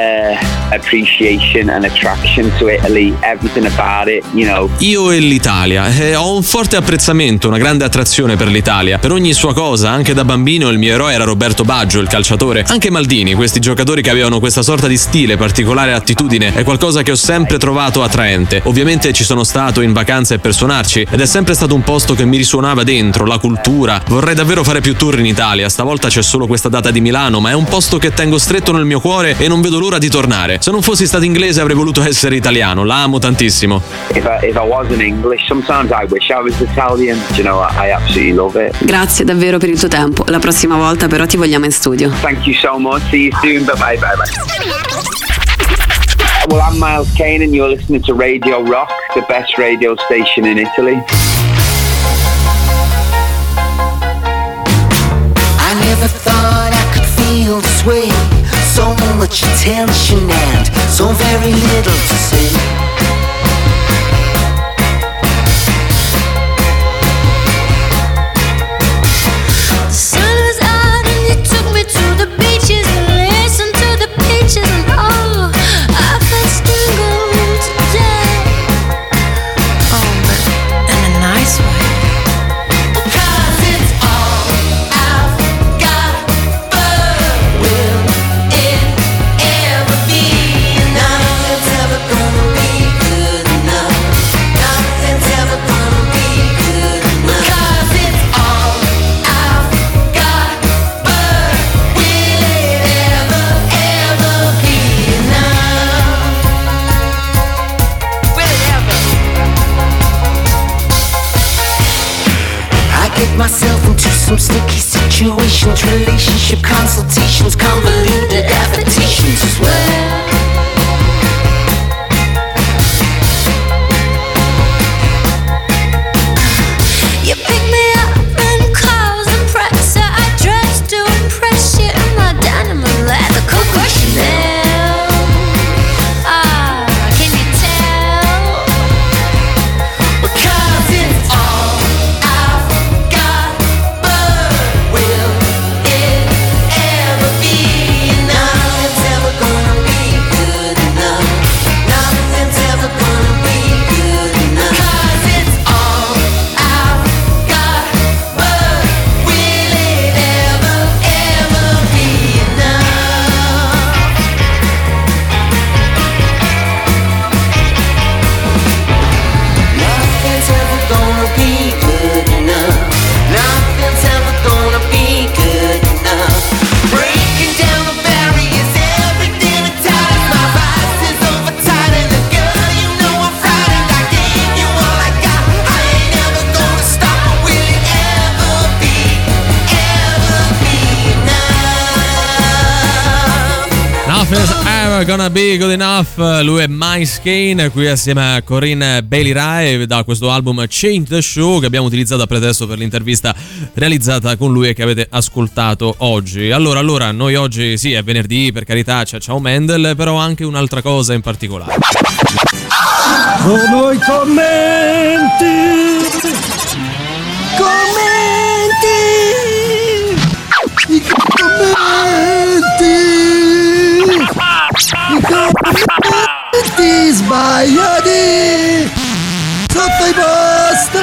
appreciation and attraction to Italy, everything about it, you know. Io e l'Italia, ho un forte apprezzamento, una grande attrazione per l'Italia, per ogni sua cosa. Anche da bambino il mio eroe era Roberto Baggio, il calciatore, anche Maldini, questi giocatori che avevano questa sorta di stile, particolare attitudine. È qualcosa che ho sempre trovato attraente. Ovviamente ci sono stato in vacanza per suonarci ed è sempre stato un posto che mi risuonava dentro, la cultura. Vorrei davvero fare più tour in Italia. Stavolta c'è solo questa data di Milano, ma è un posto che tengo stretto nel mio cuore e non vedo l'ora di tornare. Se non fossi stato inglese avrei voluto essere italiano, la amo tantissimo. If I wasn't English, sometimes I wish I was Italian. You know, I absolutely love it. Grazie davvero per il tuo tempo. La prossima volta però ti vogliamo in studio. Thank you so much. See you soon. Bye bye. Well, I'm Miles Kane and you're listening to Radio Rock, the best radio station in Italy. I never thought I could feel this way. So much attention and so very little to say. The sun was out and you took me to the beaches and listened to the beaches and oh, I felt stingled today. Oh, but in a nice way. Myself into some sticky situations, relationship consultations, convoluted affectations as well. You pick me up in cars and press, I dress to impress you in my denim and leather Coco Chanel. Ah, can you tell? Never Gonna Be Good Enough. Lui è Miles Kane, qui assieme a Corinne Bailey Rae da questo album Change the Show, che abbiamo utilizzato a pretesto per l'intervista realizzata con lui e che avete ascoltato oggi. Allora, noi oggi sì, è venerdì, per carità, c'è Ciao Mendel, però anche un'altra cosa in particolare. Sono i commenti! I commenti sbagliati sotto i post.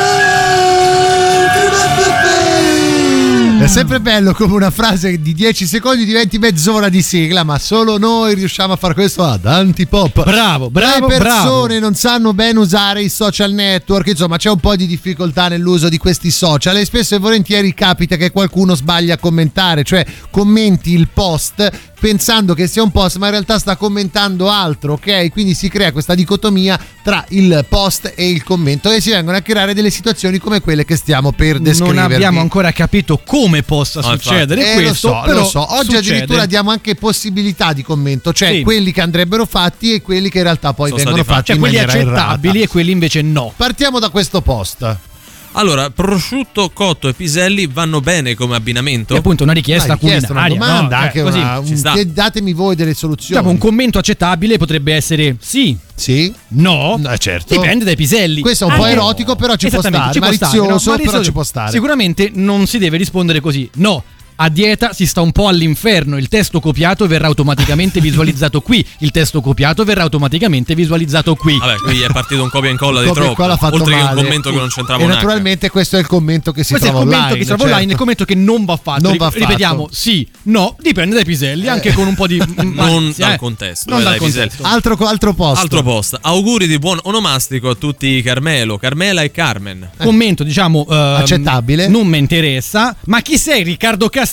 È sempre bello come una frase di 10 secondi diventi mezz'ora di sigla, ma solo noi riusciamo a fare questo ad Antipop. Bravo. Le persone non sanno bene usare i social network, insomma c'è un po' di difficoltà nell'uso di questi social e spesso e volentieri capita che qualcuno sbaglia a commentare, cioè commenti il post pensando che sia un post ma in realtà sta commentando altro, ok? Quindi si crea questa dicotomia tra il post e il commento e si vengono a creare delle situazioni come quelle che stiamo per descrivervi. Non abbiamo ancora capito come possa succedere questo, lo so. Oggi addirittura diamo anche possibilità di commento, cioè sì, quelli che andrebbero fatti e quelli che in realtà poi vengono fatti, cioè in quelli maniera accettabili errata. e quelli invece no. Partiamo da questo post. Allora, prosciutto, cotto e piselli vanno bene come abbinamento? È appunto una richiesta culinaria, una domanda, no? anche Così. datemi voi delle soluzioni. Diciamo, un commento accettabile potrebbe essere sì, no, certo. Dipende dai piselli. Questo è un po' erotico, però ci può stare, malizioso, però ci può stare. Sicuramente non si deve rispondere così, no. A dieta si sta un po' all'inferno, il testo copiato verrà automaticamente visualizzato qui, il testo copiato verrà automaticamente visualizzato qui. Vabbè, qui è partito un copia e incolla di troppo, oltre che un commento che non c'entrava e naturalmente questo è il commento che si trova online. Questo è il commento che si trova online, il commento che non va fatto. Non va Ripetiamo, sì, no, dipende dai piselli, anche con un po' di non dal contesto, non dal contesto. Altro post. Auguri di buon onomastico a tutti Carmelo, Carmela e Carmen. Commento, diciamo, accettabile. Non mi interessa, ma chi sei, Riccardo Castrichini?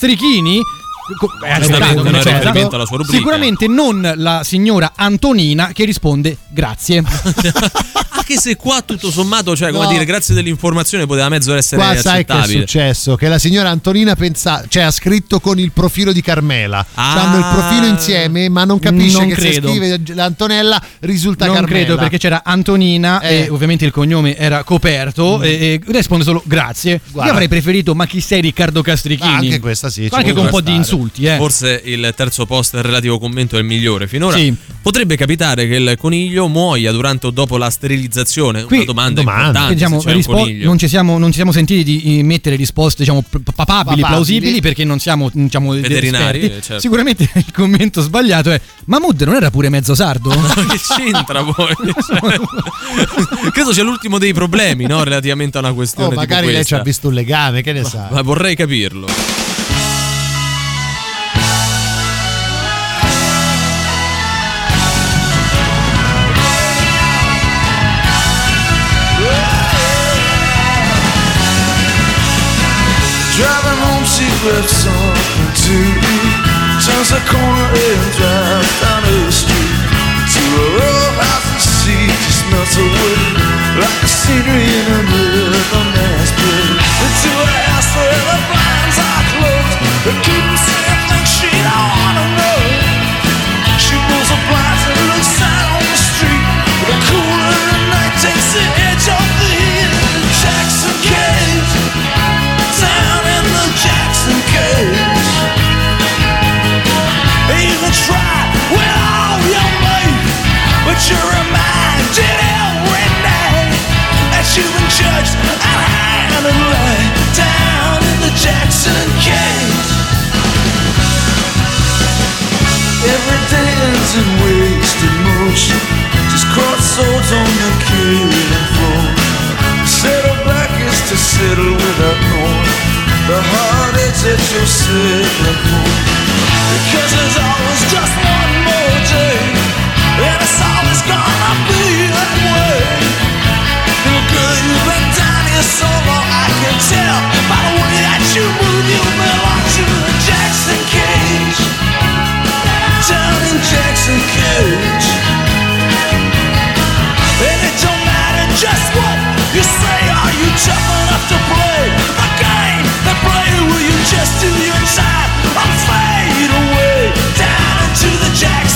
Alla sua rubrica. Sicuramente non la signora Antonina che risponde grazie. Anche se qua tutto sommato, cioè, come dire, grazie dell'informazione poteva mezzo essere qua accettabile. Sai che è successo? Che la signora Antonina ha scritto con il profilo di Carmela. Hanno il profilo insieme, ma non capisce che se scrive l'Antonella risulta Carmela. Non credo, perché c'era Antonina e ovviamente il cognome era coperto e risponde solo grazie. Io avrei preferito ma chi sei, Riccardo Castrichini? Anche questa sì. Anche con un po' di insulti. Forse il terzo post relativo commento è il migliore finora. Sì. Potrebbe capitare che il coniglio muoia durante o dopo la sterilizzazione. Qui, una domanda importante. Diciamo, non ci siamo sentiti di mettere risposte, diciamo, papabili, plausibili, perché non siamo, diciamo, veterinari. Certo. Sicuramente il commento sbagliato è: Mahmood non era pure mezzo sardo? Che c'entra poi? Credo sia l'ultimo dei problemi, no? Relativamente a una questione tipo magari lei ci questa. ha visto un legame, che ne sa? Ma vorrei capirlo. Driving home, she left something to eat. Turns the corner and drives down the street to a row house and she just melts away like the scenery in a Middleman's Bridge. Into a house where the blinds are closed, but keep saying things she don't wanna know. She pulls the blinds and looks out on the street. The cooler of night takes the edge off the heat. Jackson Cage, down in the Jackson Cage. You can try with all your might, but you're reminded every night that you've been judged and handed right down in the Jackson Cage. Every day ends in wasted motion, just crossroads on the killing floor. Settle back is to settle without knowing the heartaches that you're settling for. Because there's always just one more day, and it's always gonna be that way. Girl, you've been down here so long, I can tell by the way that you move, you belong to the Jackson Cage. Down in Jackson Cage. And it don't matter just what you say, are you tough enough to play the game they play? Will you just do your time and fade away down into the Jackson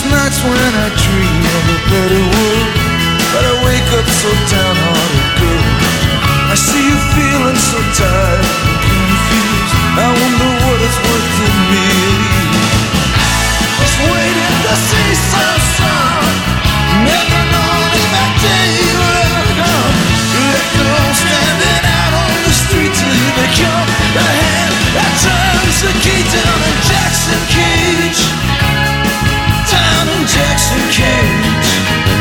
nights when I dream of a better world, but I wake up so downhearted, girl. I see you feeling so tired and confused. I wonder what it's worth to me. Just waiting to see some sun, never knowing if that day will ever come. Let go, standing out on the street till you become the hand that turns the key down in Jackson Cage. Down in Jackson Cage.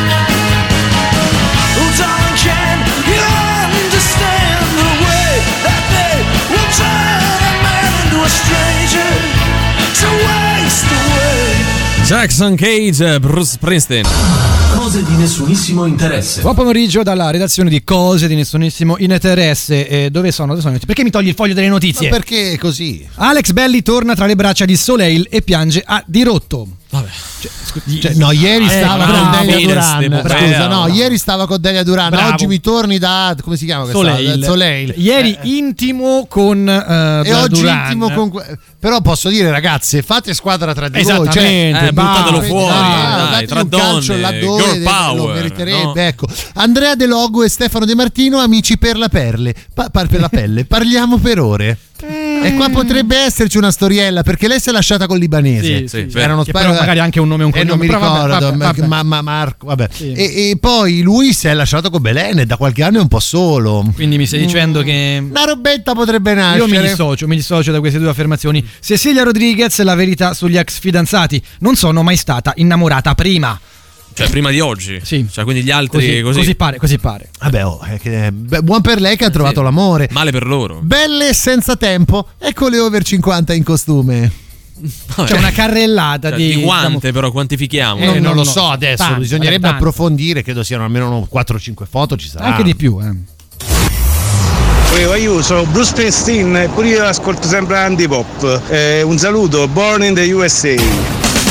Oh, darling, can you understand the way that they will turn a man into a stranger to waste away? Jackson Cage, Bruce Springsteen. Cose di nessunissimo interesse. Buon pomeriggio dalla redazione di Cose di nessunissimo interesse. Dove sono? Perché mi togli il foglio delle notizie? Ma perché è così? Alex Belli torna tra le braccia di Soleil e piange a dirotto. Vabbè. No, ieri stava con Delia Duran. Scusa, no, no, ieri stava con Delia Duran. Bravo. Oggi mi torni da, come si chiama questa? Soleil. Ieri intimo con e oggi Duran. intimo con però posso dire, ragazze, fate squadra tra di voi, cioè, buttatelo fuori, dai, tra un donne, calcio laddove power, lo meriterebbe, no? Ecco. Andrea De Logo e Stefano De Martino, amici per la perle, per la pelle. Parliamo per ore. E qua potrebbe esserci una storiella, perché lei si è lasciata col libanese. Sì, erano però magari anche un nome e un cognome. non mi ricordo, vabbè. ma Marco, vabbè. Sì. E poi lui si è lasciato con Belen e da qualche anno è un po' solo. Quindi mi stai dicendo che una robetta potrebbe nascere. Io mi dissocio da queste due affermazioni. Cecilia Rodriguez, la verità sugli ex fidanzati: non sono mai stata innamorata prima. Cioè prima di oggi? Sì. Cioè quindi gli altri così? Così pare. Vabbè, buon per lei che ha trovato l'amore. Male per loro. Belle e senza tempo. Ecco le over 50 in costume. C'è una carrellata di quante però quantifichiamo? Non lo so adesso, Tanti, bisognerebbe tanti. approfondire, credo siano almeno 4-5 foto, ci saranno. Anche di più, Io sono Bruce Springsteen e pure io ascolto sempre Andy Pop. Un saluto, Born in the USA.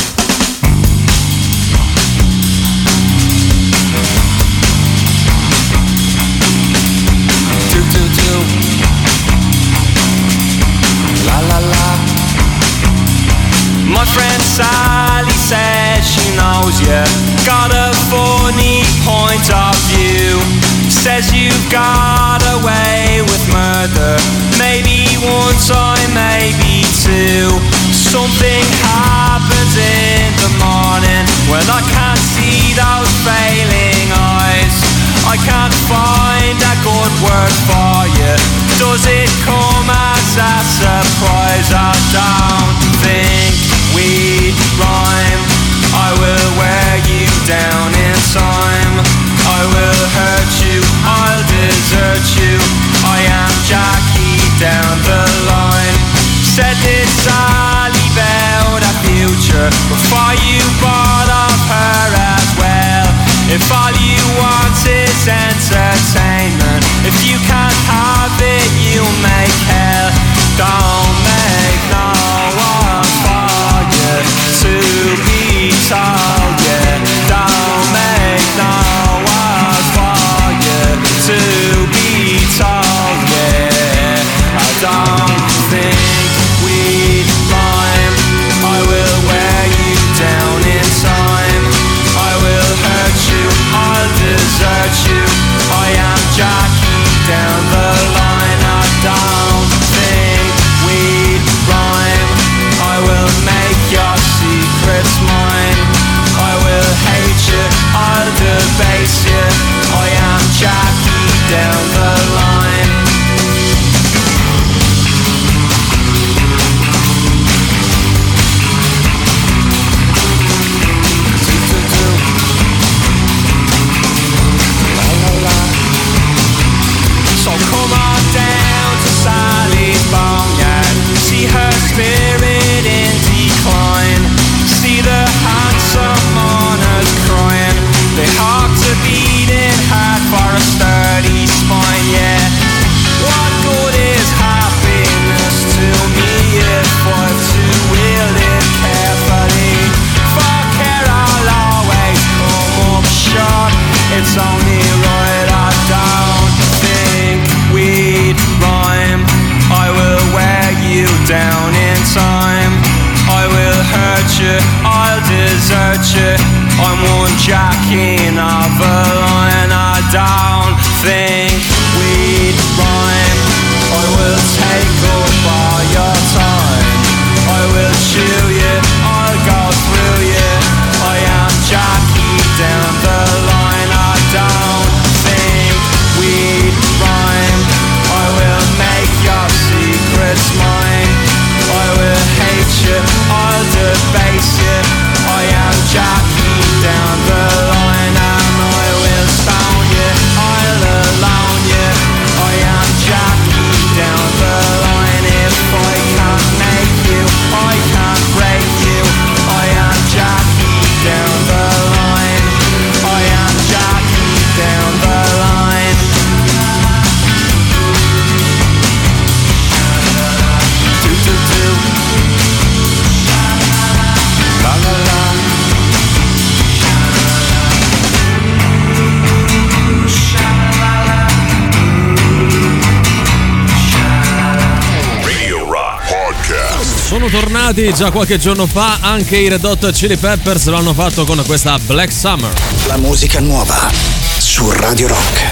My friend Sally says she knows you got a funny point of view. Says you've got away with murder, maybe one time, maybe two. Something happens in the morning when I can't see those failing eyes. I can't find a good word for you. Does it come as a surprise? I don't think we'd rhyme. I will wear you down in time. I will hurt you, I'll desert you. I am Jackie down the line. Said this Sally about a future before you bought of her as well. If all you want is entertainment, if you can't have it, you'll make hell. Don't make no one for you to be told, yeah. Don't make no one for you to be told, yeah. I don't think we'd rhyme. I will wear you down in time. I will hurt you, I'll desert you. I am Jackie down the line. I don't think we'd rhyme. I will make your secrets mine. I will hate you, I'll debase you. I am Jackie down the line. So come on down to Sally's Boneyard. See her spirit in decline. See the handsome mourners crying. They hark to beating hard for a sturdy spine. desert you. I'm one jacking of a line. I don't think we'd rhyme. I will take up all your time. I will chew you, I'll go through you. I am Jackie down the line. I don't think we'd rhyme. I will make your secrets mine. I will hate you, I'll debase you. I am Jackie down the line. And I will stone you, I'll alone you. I am Jackie down the line. If I can't make you, I can't break you. I am Jackie down the line. I am Jackie down the line. Do do do. La la la. Sono tornati già qualche giorno fa, anche i Red Hot Chili Peppers lo hanno fatto con questa Black Summer. La musica nuova su Radio Rock.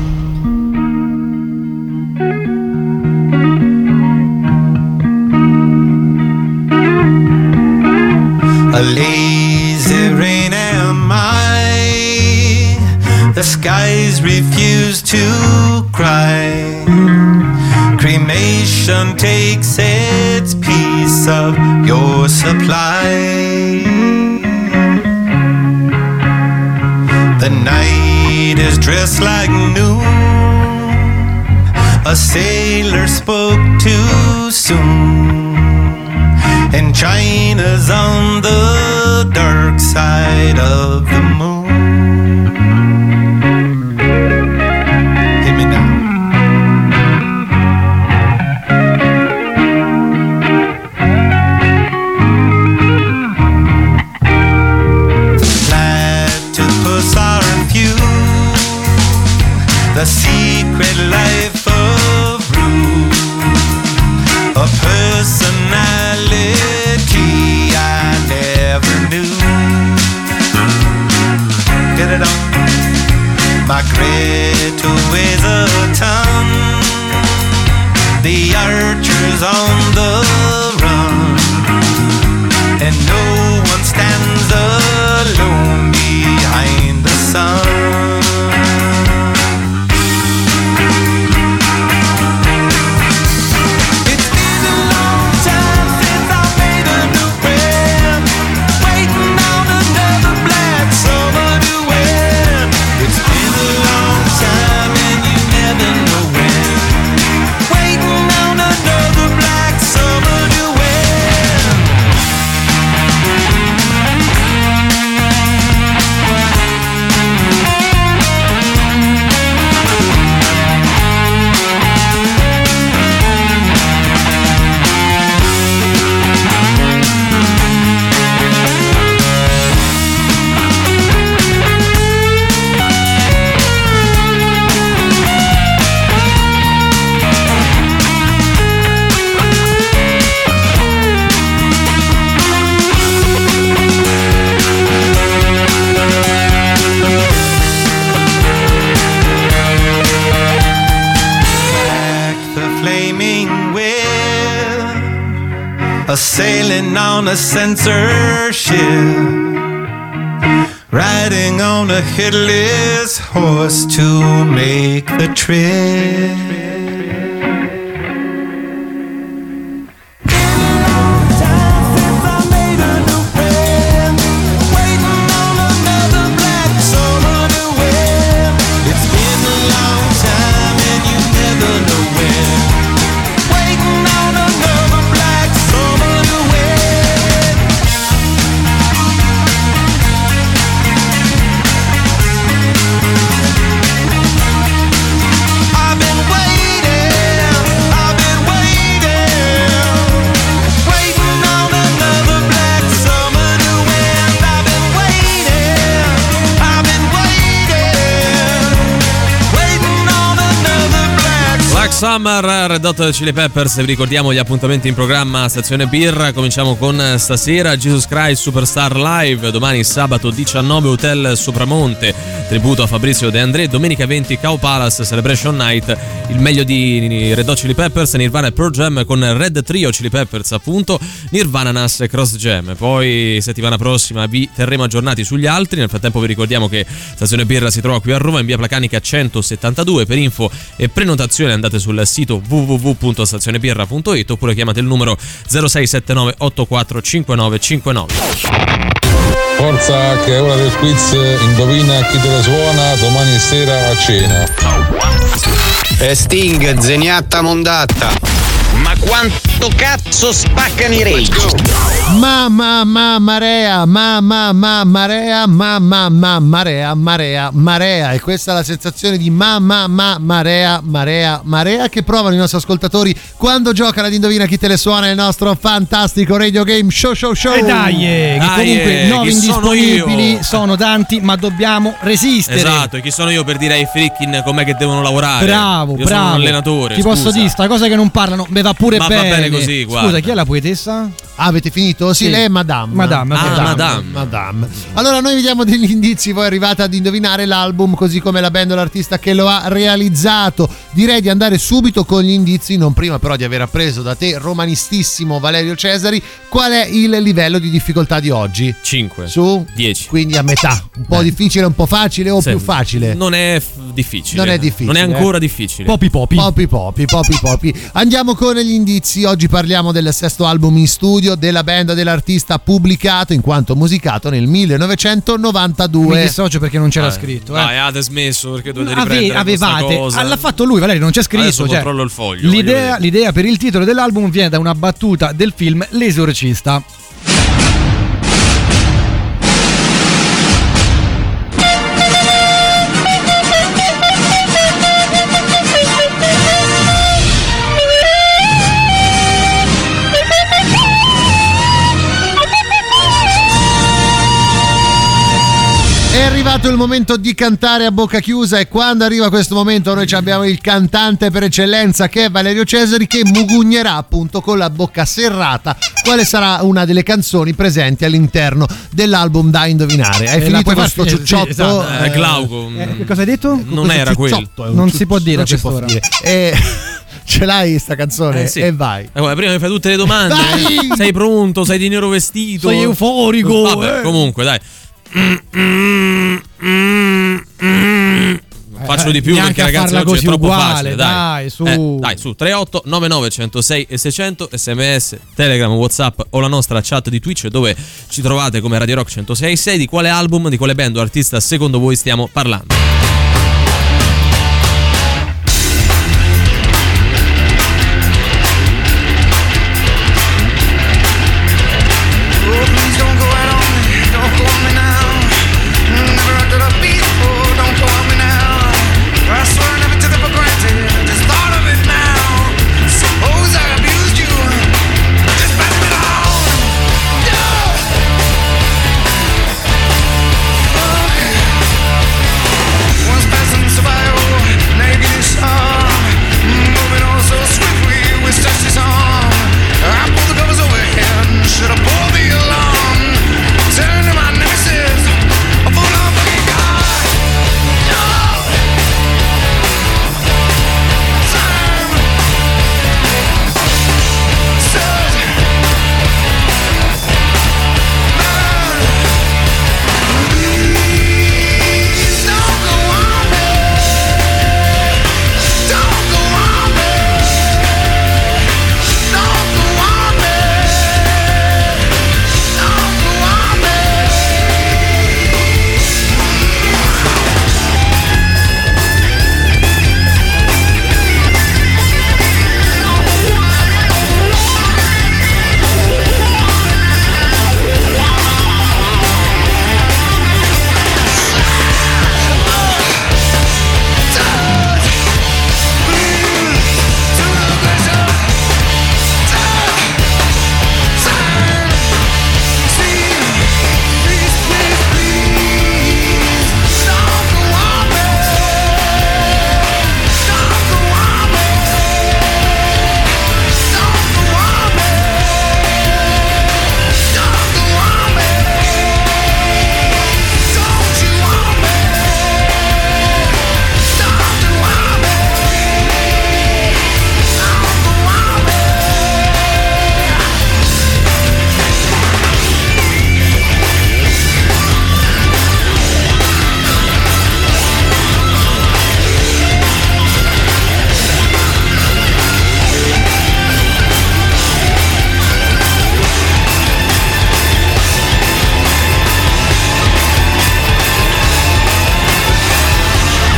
A lazy rain am I. The skies refuse to cry. Cremation takes its piece of your supply. The night is dressed like noon. A sailor spoke too soon. And China's on the dark side of the moon. Hit me now. Platypus are few. The secret life of Rue. A personality I never knew. Get it on. My Greta weighs a ton. The archer's on the run. And no one stands alone behind the sun. Sailing on a censorship, riding on a headless horse to make the trip. I've been waiting. Summer, Red Hot Chili Peppers. Vi ricordiamo gli appuntamenti in programma Stazione Birra. Cominciamo con stasera Jesus Christ Superstar Live, domani sabato 19 Hotel Sopramonte, tributo a Fabrizio De André, domenica 20 Cow Palace Celebration Night, il meglio di Red Hot Chili Peppers, Nirvana e Pearl Jam con Red Trio Chili Peppers appunto, Nirvana, Nas e Cross Jam. Poi settimana prossima vi terremo aggiornati sugli altri. Nel frattempo vi ricordiamo che Stazione Birra si trova qui a Roma in via Placanica 172. Per info e prenotazione andate sul sito www.stazionebirra.it oppure chiamate il numero 0679 84 5959. Forza che è ora del quiz, indovina chi te la suona domani sera a cena. Sting, Zeniatta Mondatta. Ma quanto cazzo spaccano i Rage? Marea, marea. E questa è la sensazione di marea che provano i nostri ascoltatori quando giocano ad Indovina chi te le suona, il nostro fantastico radio game show. E che comunque 9 indisponibili sono tanti, ma dobbiamo resistere. Esatto, e chi sono io per dire ai freaking com'è che devono lavorare? Bravo. Sono un allenatore. Ti posso dire, sta cosa che non parlano, me va pure bene. Va bene così, guarda. Scusa, chi è la poetessa? Avete finito? Sì, lei è Madame. Madame. Allora noi vediamo degli indizi, voi arrivate ad indovinare l'album così come la band o l'artista che lo ha realizzato. Direi di andare subito con gli indizi, non prima però di aver appreso da te, romanistissimo Valerio Cesari, qual è il livello di difficoltà di oggi? 5 su 10. Quindi a metà. Un po' difficile, un po' facile o più facile? Non è difficile. Non è ancora difficile. Popi. Andiamo con gli indizi. Oggi parliamo del sesto album in studio della band dell'artista pubblicato in quanto musicato nel 1992. Mi dissocio perché non c'era scritto. Dai, avete smesso perché dovete riprendere avevate cosa. L'ha fatto lui, Valerio, non c'è scritto. Adesso controllo il foglio. L'idea per il titolo dell'album viene da una battuta del film L'Esorcista. È arrivato il momento di cantare a bocca chiusa e quando arriva questo momento noi abbiamo il cantante per eccellenza che è Valerio Cesari, che mugugnerà appunto con la bocca serrata quale sarà una delle canzoni presenti all'interno dell'album da indovinare. Hai finito questo ciucciotto? Sì, esatto. Glauco. Cosa hai detto? Non era quello. Non si può dire a quest'ora. Ce l'hai sta canzone? Sì. E vai. Guarda, prima mi fai tutte le domande. Dai! Sei pronto? Sei di nero vestito? Sei euforico. Vabbè, comunque dai. Faccio di più perché ragazzi oggi è troppo uguale, facile. Dai, su. Dai, su 38 99 106 e 600, SMS, Telegram, WhatsApp o la nostra chat di Twitch dove ci trovate come Radio Rock 106.6. Di quale album, di quale band o artista secondo voi stiamo parlando? One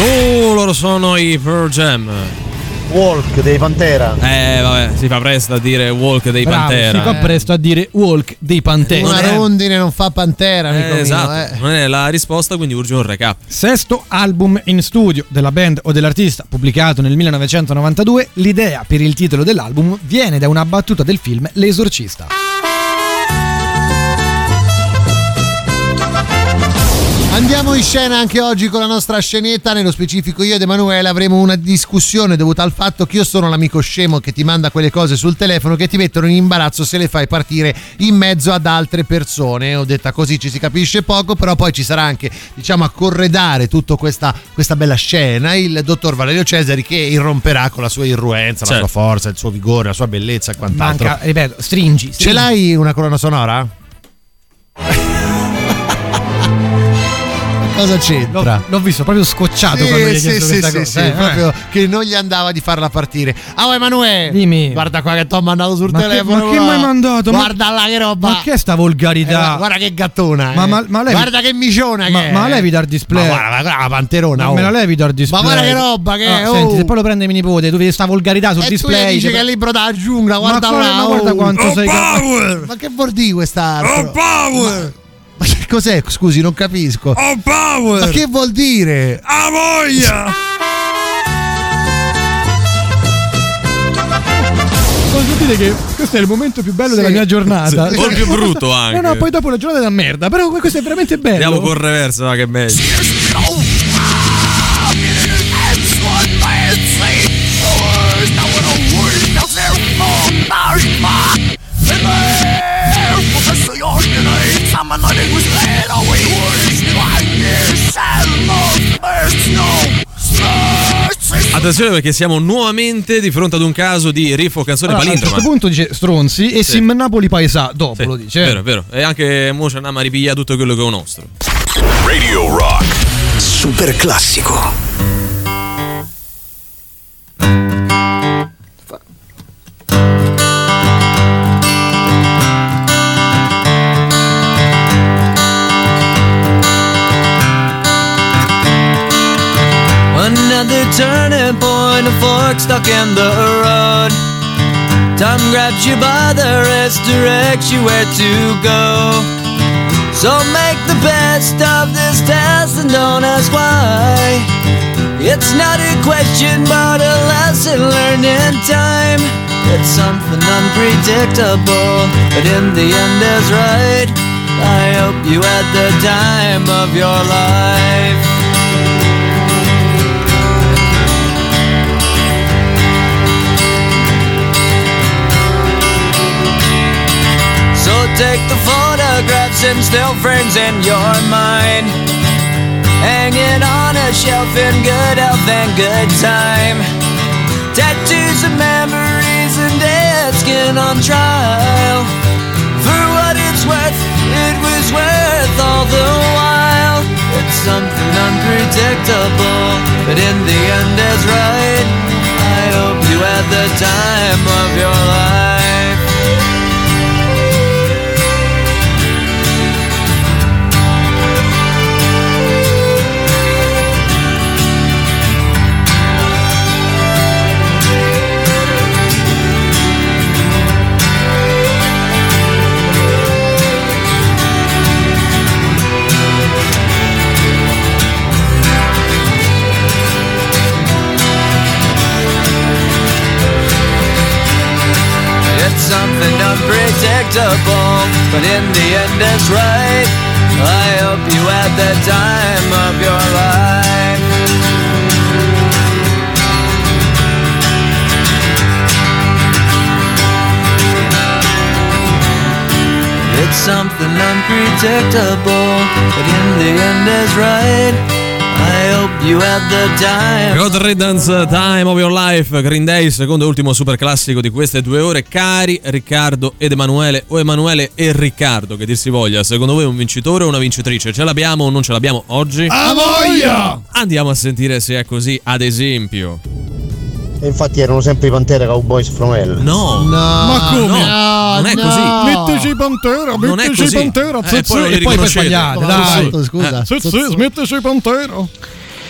Loro sono i Pearl Jam. Walk dei Pantera. Vabbè, si fa presto a dire Walk dei Pantera. Si fa presto a dire Walk dei Pantera. Una rondine non fa Pantera, amico esatto. Non è la risposta, quindi urge un recap. Sesto album in studio della band o dell'artista, pubblicato nel 1992. L'idea per il titolo dell'album viene da una battuta del film L'Esorcista. Andiamo in scena anche oggi con la nostra scenetta. Nello specifico io ed Emanuele avremo una discussione dovuta al fatto che io sono l'amico scemo che ti manda quelle cose sul telefono che ti mettono in imbarazzo se le fai partire in mezzo ad altre persone. Ho detta così, ci si capisce poco, però poi ci sarà anche, diciamo, a corredare tutta questa bella scena il dottor Valerio Cesari, che irromperà con la sua irruenza, la sua forza, il suo vigore, la sua bellezza e quant'altro. Manca, ripeto, stringi. Ce l'hai una colonna sonora? Cosa c'entra? L'ho visto proprio scocciato quando gli hai chiesto questa cosa. Proprio che non gli andava di farla partire. Emanuele, dimmi. Guarda qua che ti ho mandato sul telefono. Ma che mi hai mandato? Guarda là che roba. Ma che è sta volgarità? Guarda che gattona. Ma lei, guarda che miciona che è. Ma levi dal display. Ma guarda la panterona. Ma me la levi dal display. Ma guarda che roba che è. Senti, se poi lo prende mio nipote, tu vedi sta volgarità sul display. Tu dici che è il libro della giungla. Guarda là. Ma guarda quanto sei power. Ma che vuol dire quest'altro? Power. Ma che cos'è? Scusi, non capisco. Power! Ma che vuol dire? A voglia! Posso dire che questo è il momento più bello della mia giornata. O il più brutto anche. No, poi dopo la giornata è una merda. Però questo è veramente bello. Andiamo con reverso, va che è meglio. Attenzione, perché siamo nuovamente di fronte ad un caso di riff o canzone palindroma. A questo punto dice Stronzi e Sim Napoli Paesà dopo lo dice. Vero, vero. E anche mo ci andiamo a ripigliare tutto quello che è nostro. Radio Rock super classico. Another turning point, a fork stuck in the road. Time grabs you by the wrist, directs you where to go. So make the best of this test and don't ask why. It's not a question but a lesson learned in time. It's something unpredictable, but in the end is right. I hope you had the time of your life. Take the photographs and still frames in your mind, hanging on a shelf in good health and good time. Tattoos of memories and dead skin on trial. For what it's worth, it was worth all the while. It's something unpredictable, but in the end is right. I hope you had the time of your life. Something unpredictable, but in the end it's right. I hope you had the time of your life. It's something unpredictable, but in the end is right. I hope you had the time. God Riddance, Time of Your Life, Green Day, secondo e ultimo super classico di queste 2 ore. Cari Riccardo ed Emanuele, o Emanuele e Riccardo, che dir si voglia, secondo voi un vincitore o una vincitrice? Ce l'abbiamo o non ce l'abbiamo oggi? A voglia! Andiamo a sentire se è così, ad esempio. E infatti erano sempre i Pantera Cowboys from Hell. No, ma come? No, non è così. Metteci Pantera, Non è metteci così. Pantera, Poi li e poi riconoscete. sbagliate, dai. Scusa. Metteci Pantera.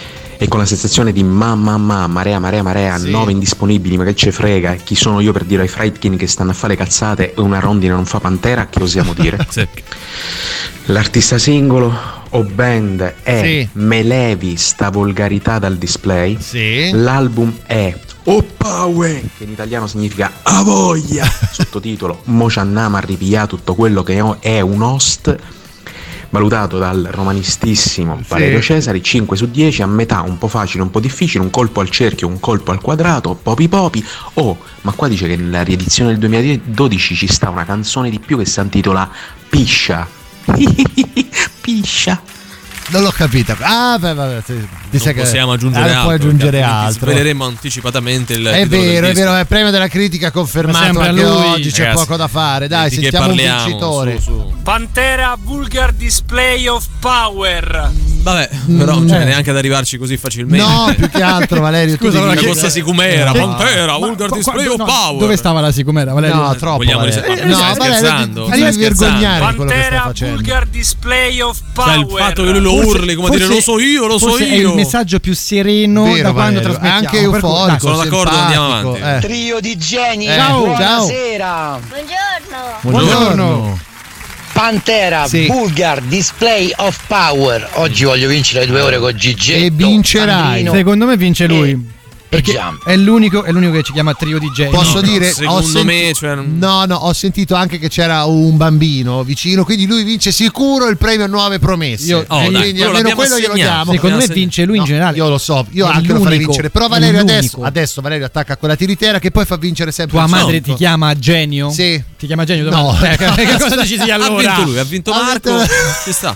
e con la sensazione di marea, Sì. 9 indisponibili, ma che ce frega, chi sono io per dire ai Friedkin che stanno a fare cazzate e una rondine non fa Pantera, che osiamo dire? Sì. L'artista singolo o band è Sì. Me levi sta volgarità dal display. Sì. L'album è Oh Power, che in italiano significa A voglia. Sottotitolo Mo c'annama a ripiglià tutto quello che è un host. Valutato dal romanistissimo Valerio Cesari 5 su 10, a metà, un po' facile, un po' difficile, un colpo al cerchio, un colpo al quadrato, popi. Ma qua dice che nella riedizione del 2012 ci sta una canzone di più che si intitola Piscia. Piscia. Non l'ho capita. Vabbè, non possiamo aggiungere altro. Puoi aggiungere altro. Sveleremo anticipatamente il È titolo del vero, è disco. vero, è premio della critica confermato sempre anche a lui. oggi, c'è Ragazzi, poco da fare. Dai, di che sentiamo un parliamo? vincitore. Su. Pantera Vulgar Display of Power. Vabbè, però neanche ad arrivarci così facilmente. No, più che altro, Valerio. Scusa, tu Una devi- cosa sicumera, Che- Pantera, Ma Vulgar qua- Display no, of Power. Dove stava la sicumera, Valerio? No, troppo. Vogliamo Valerio. risalire. No, Stai Valerio, scherzando? ti devi vergognare di quello che stai Pantera facendo. Vulgar Display of Cioè, Power. il fatto che lui lo urli come a dire lo so io, lo so forse è io. il messaggio più sereno Vero, da quando Valerio, trasmettiamo. anche per cui- euforico, dai, sono d'accordo, andiamo simpatico, avanti. Trio di geni, Ciao, buonasera. Buongiorno. Pantera, Sì. Vulgar Display of Power. Oggi voglio vincere 2 ore con Gigi. E vincerai. Secondo me vince lui. Perché Jump. è l'unico che ci chiama trio di geni. Posso dire, secondo me, cioè, no, ho sentito anche che c'era un bambino vicino, quindi lui vince sicuro il premio Nuove Promesse. Io- Oh, dai, quindi quello almeno l'abbiamo quello glielo assegnato. diamo. Secondo me Abbiamo vince lui in No, generale. io lo so, io È anche lo farei l'unico, vincere. Però è Valerio l'unico. adesso Valerio attacca quella tiritera che poi fa vincere sempre Tua il madre solito. ti chiama genio? Sì. Ti chiama genio? No. Che cosa dici sì Ha allora? vinto lui, ha vinto Ha Marco. vinto- Ci sta.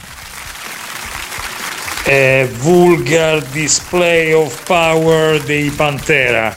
Vulgar Display of Power dei Pantera.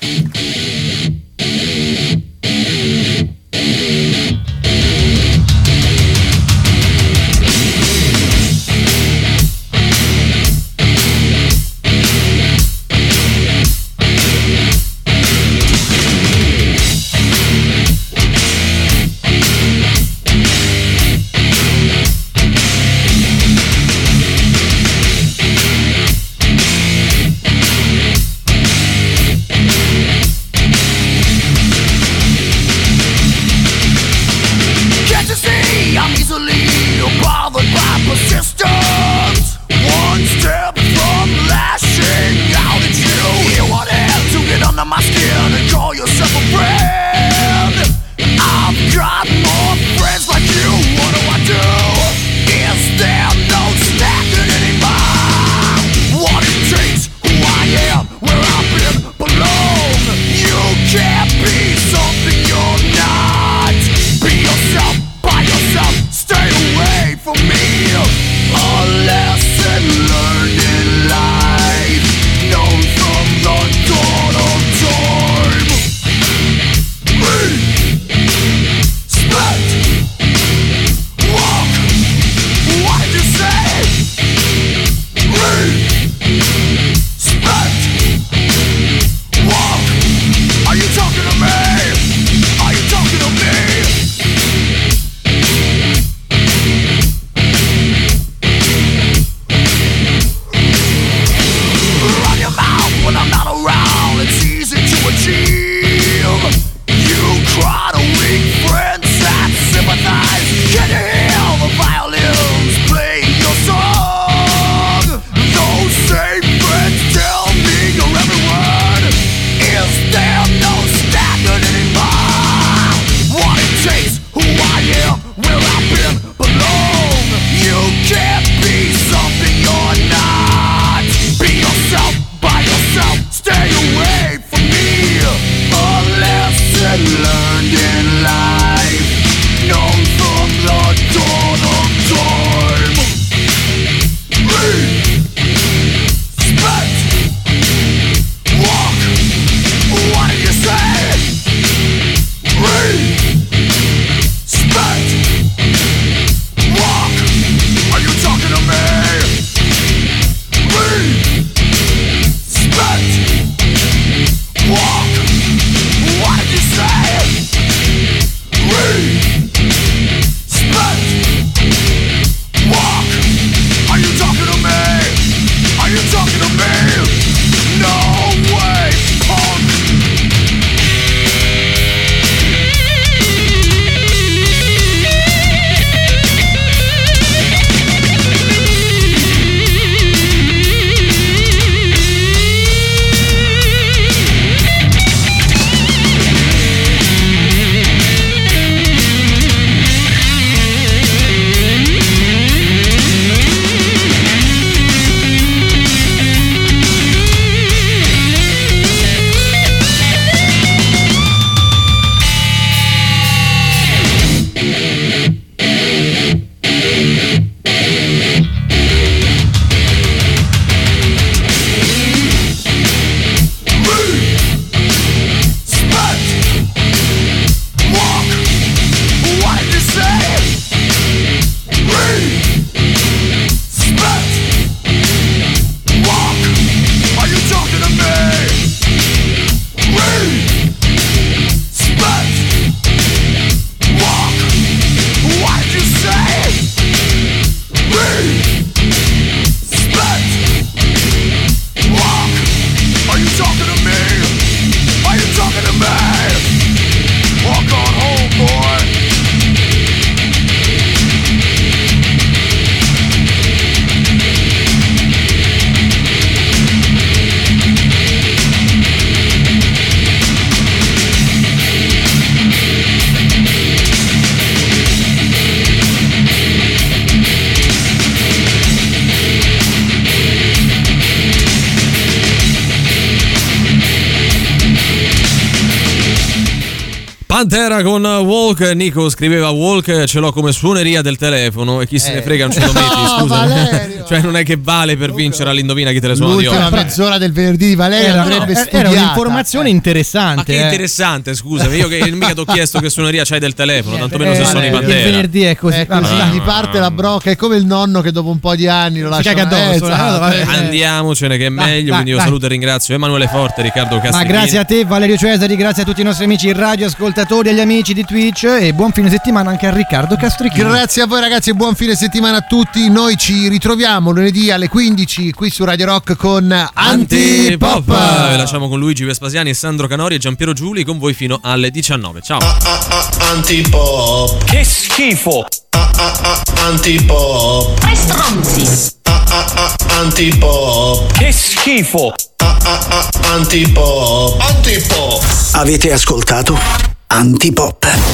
Pantera con Walk. Nico scriveva Walk ce l'ho come suoneria del telefono e chi se ne frega non ce lo metti, scusa. Cioè non è che vale per vincere all'indovina chi te le suona di oggi. L'ultima mezz'ora del venerdì di Valerio andrebbe studiata. Era un'informazione interessante. Ma che interessante, scusami, io che mica ti ho chiesto che suoneria c'hai del telefono, tantomeno se sono i Pantera. Il venerdì è così. Ti parte la brocca, è come il nonno che dopo un po' di anni lo lascia addosso. Andiamocene che è meglio, quindi io saluto e ringrazio Emanuele Forte, Riccardo Castellini. Ma grazie a te Valerio Cesari, grazie a tutti i nostri amici radioascoltatori, agli amici di Twitch e buon fine settimana anche a Riccardo Castrichino. Grazie a voi ragazzi e buon fine settimana a tutti. Noi ci ritroviamo lunedì alle 15 qui su Radio Rock con Antipop. Vi lasciamo con Luigi Vespasiani, Sandro Canori e Giampiero Giuli con voi fino alle 19. Ciao. Antipop. Che schifo. Antipop. Tre stronzi. Antipop. Che schifo. Antipop. Antipop. Avete ascoltato Antipop.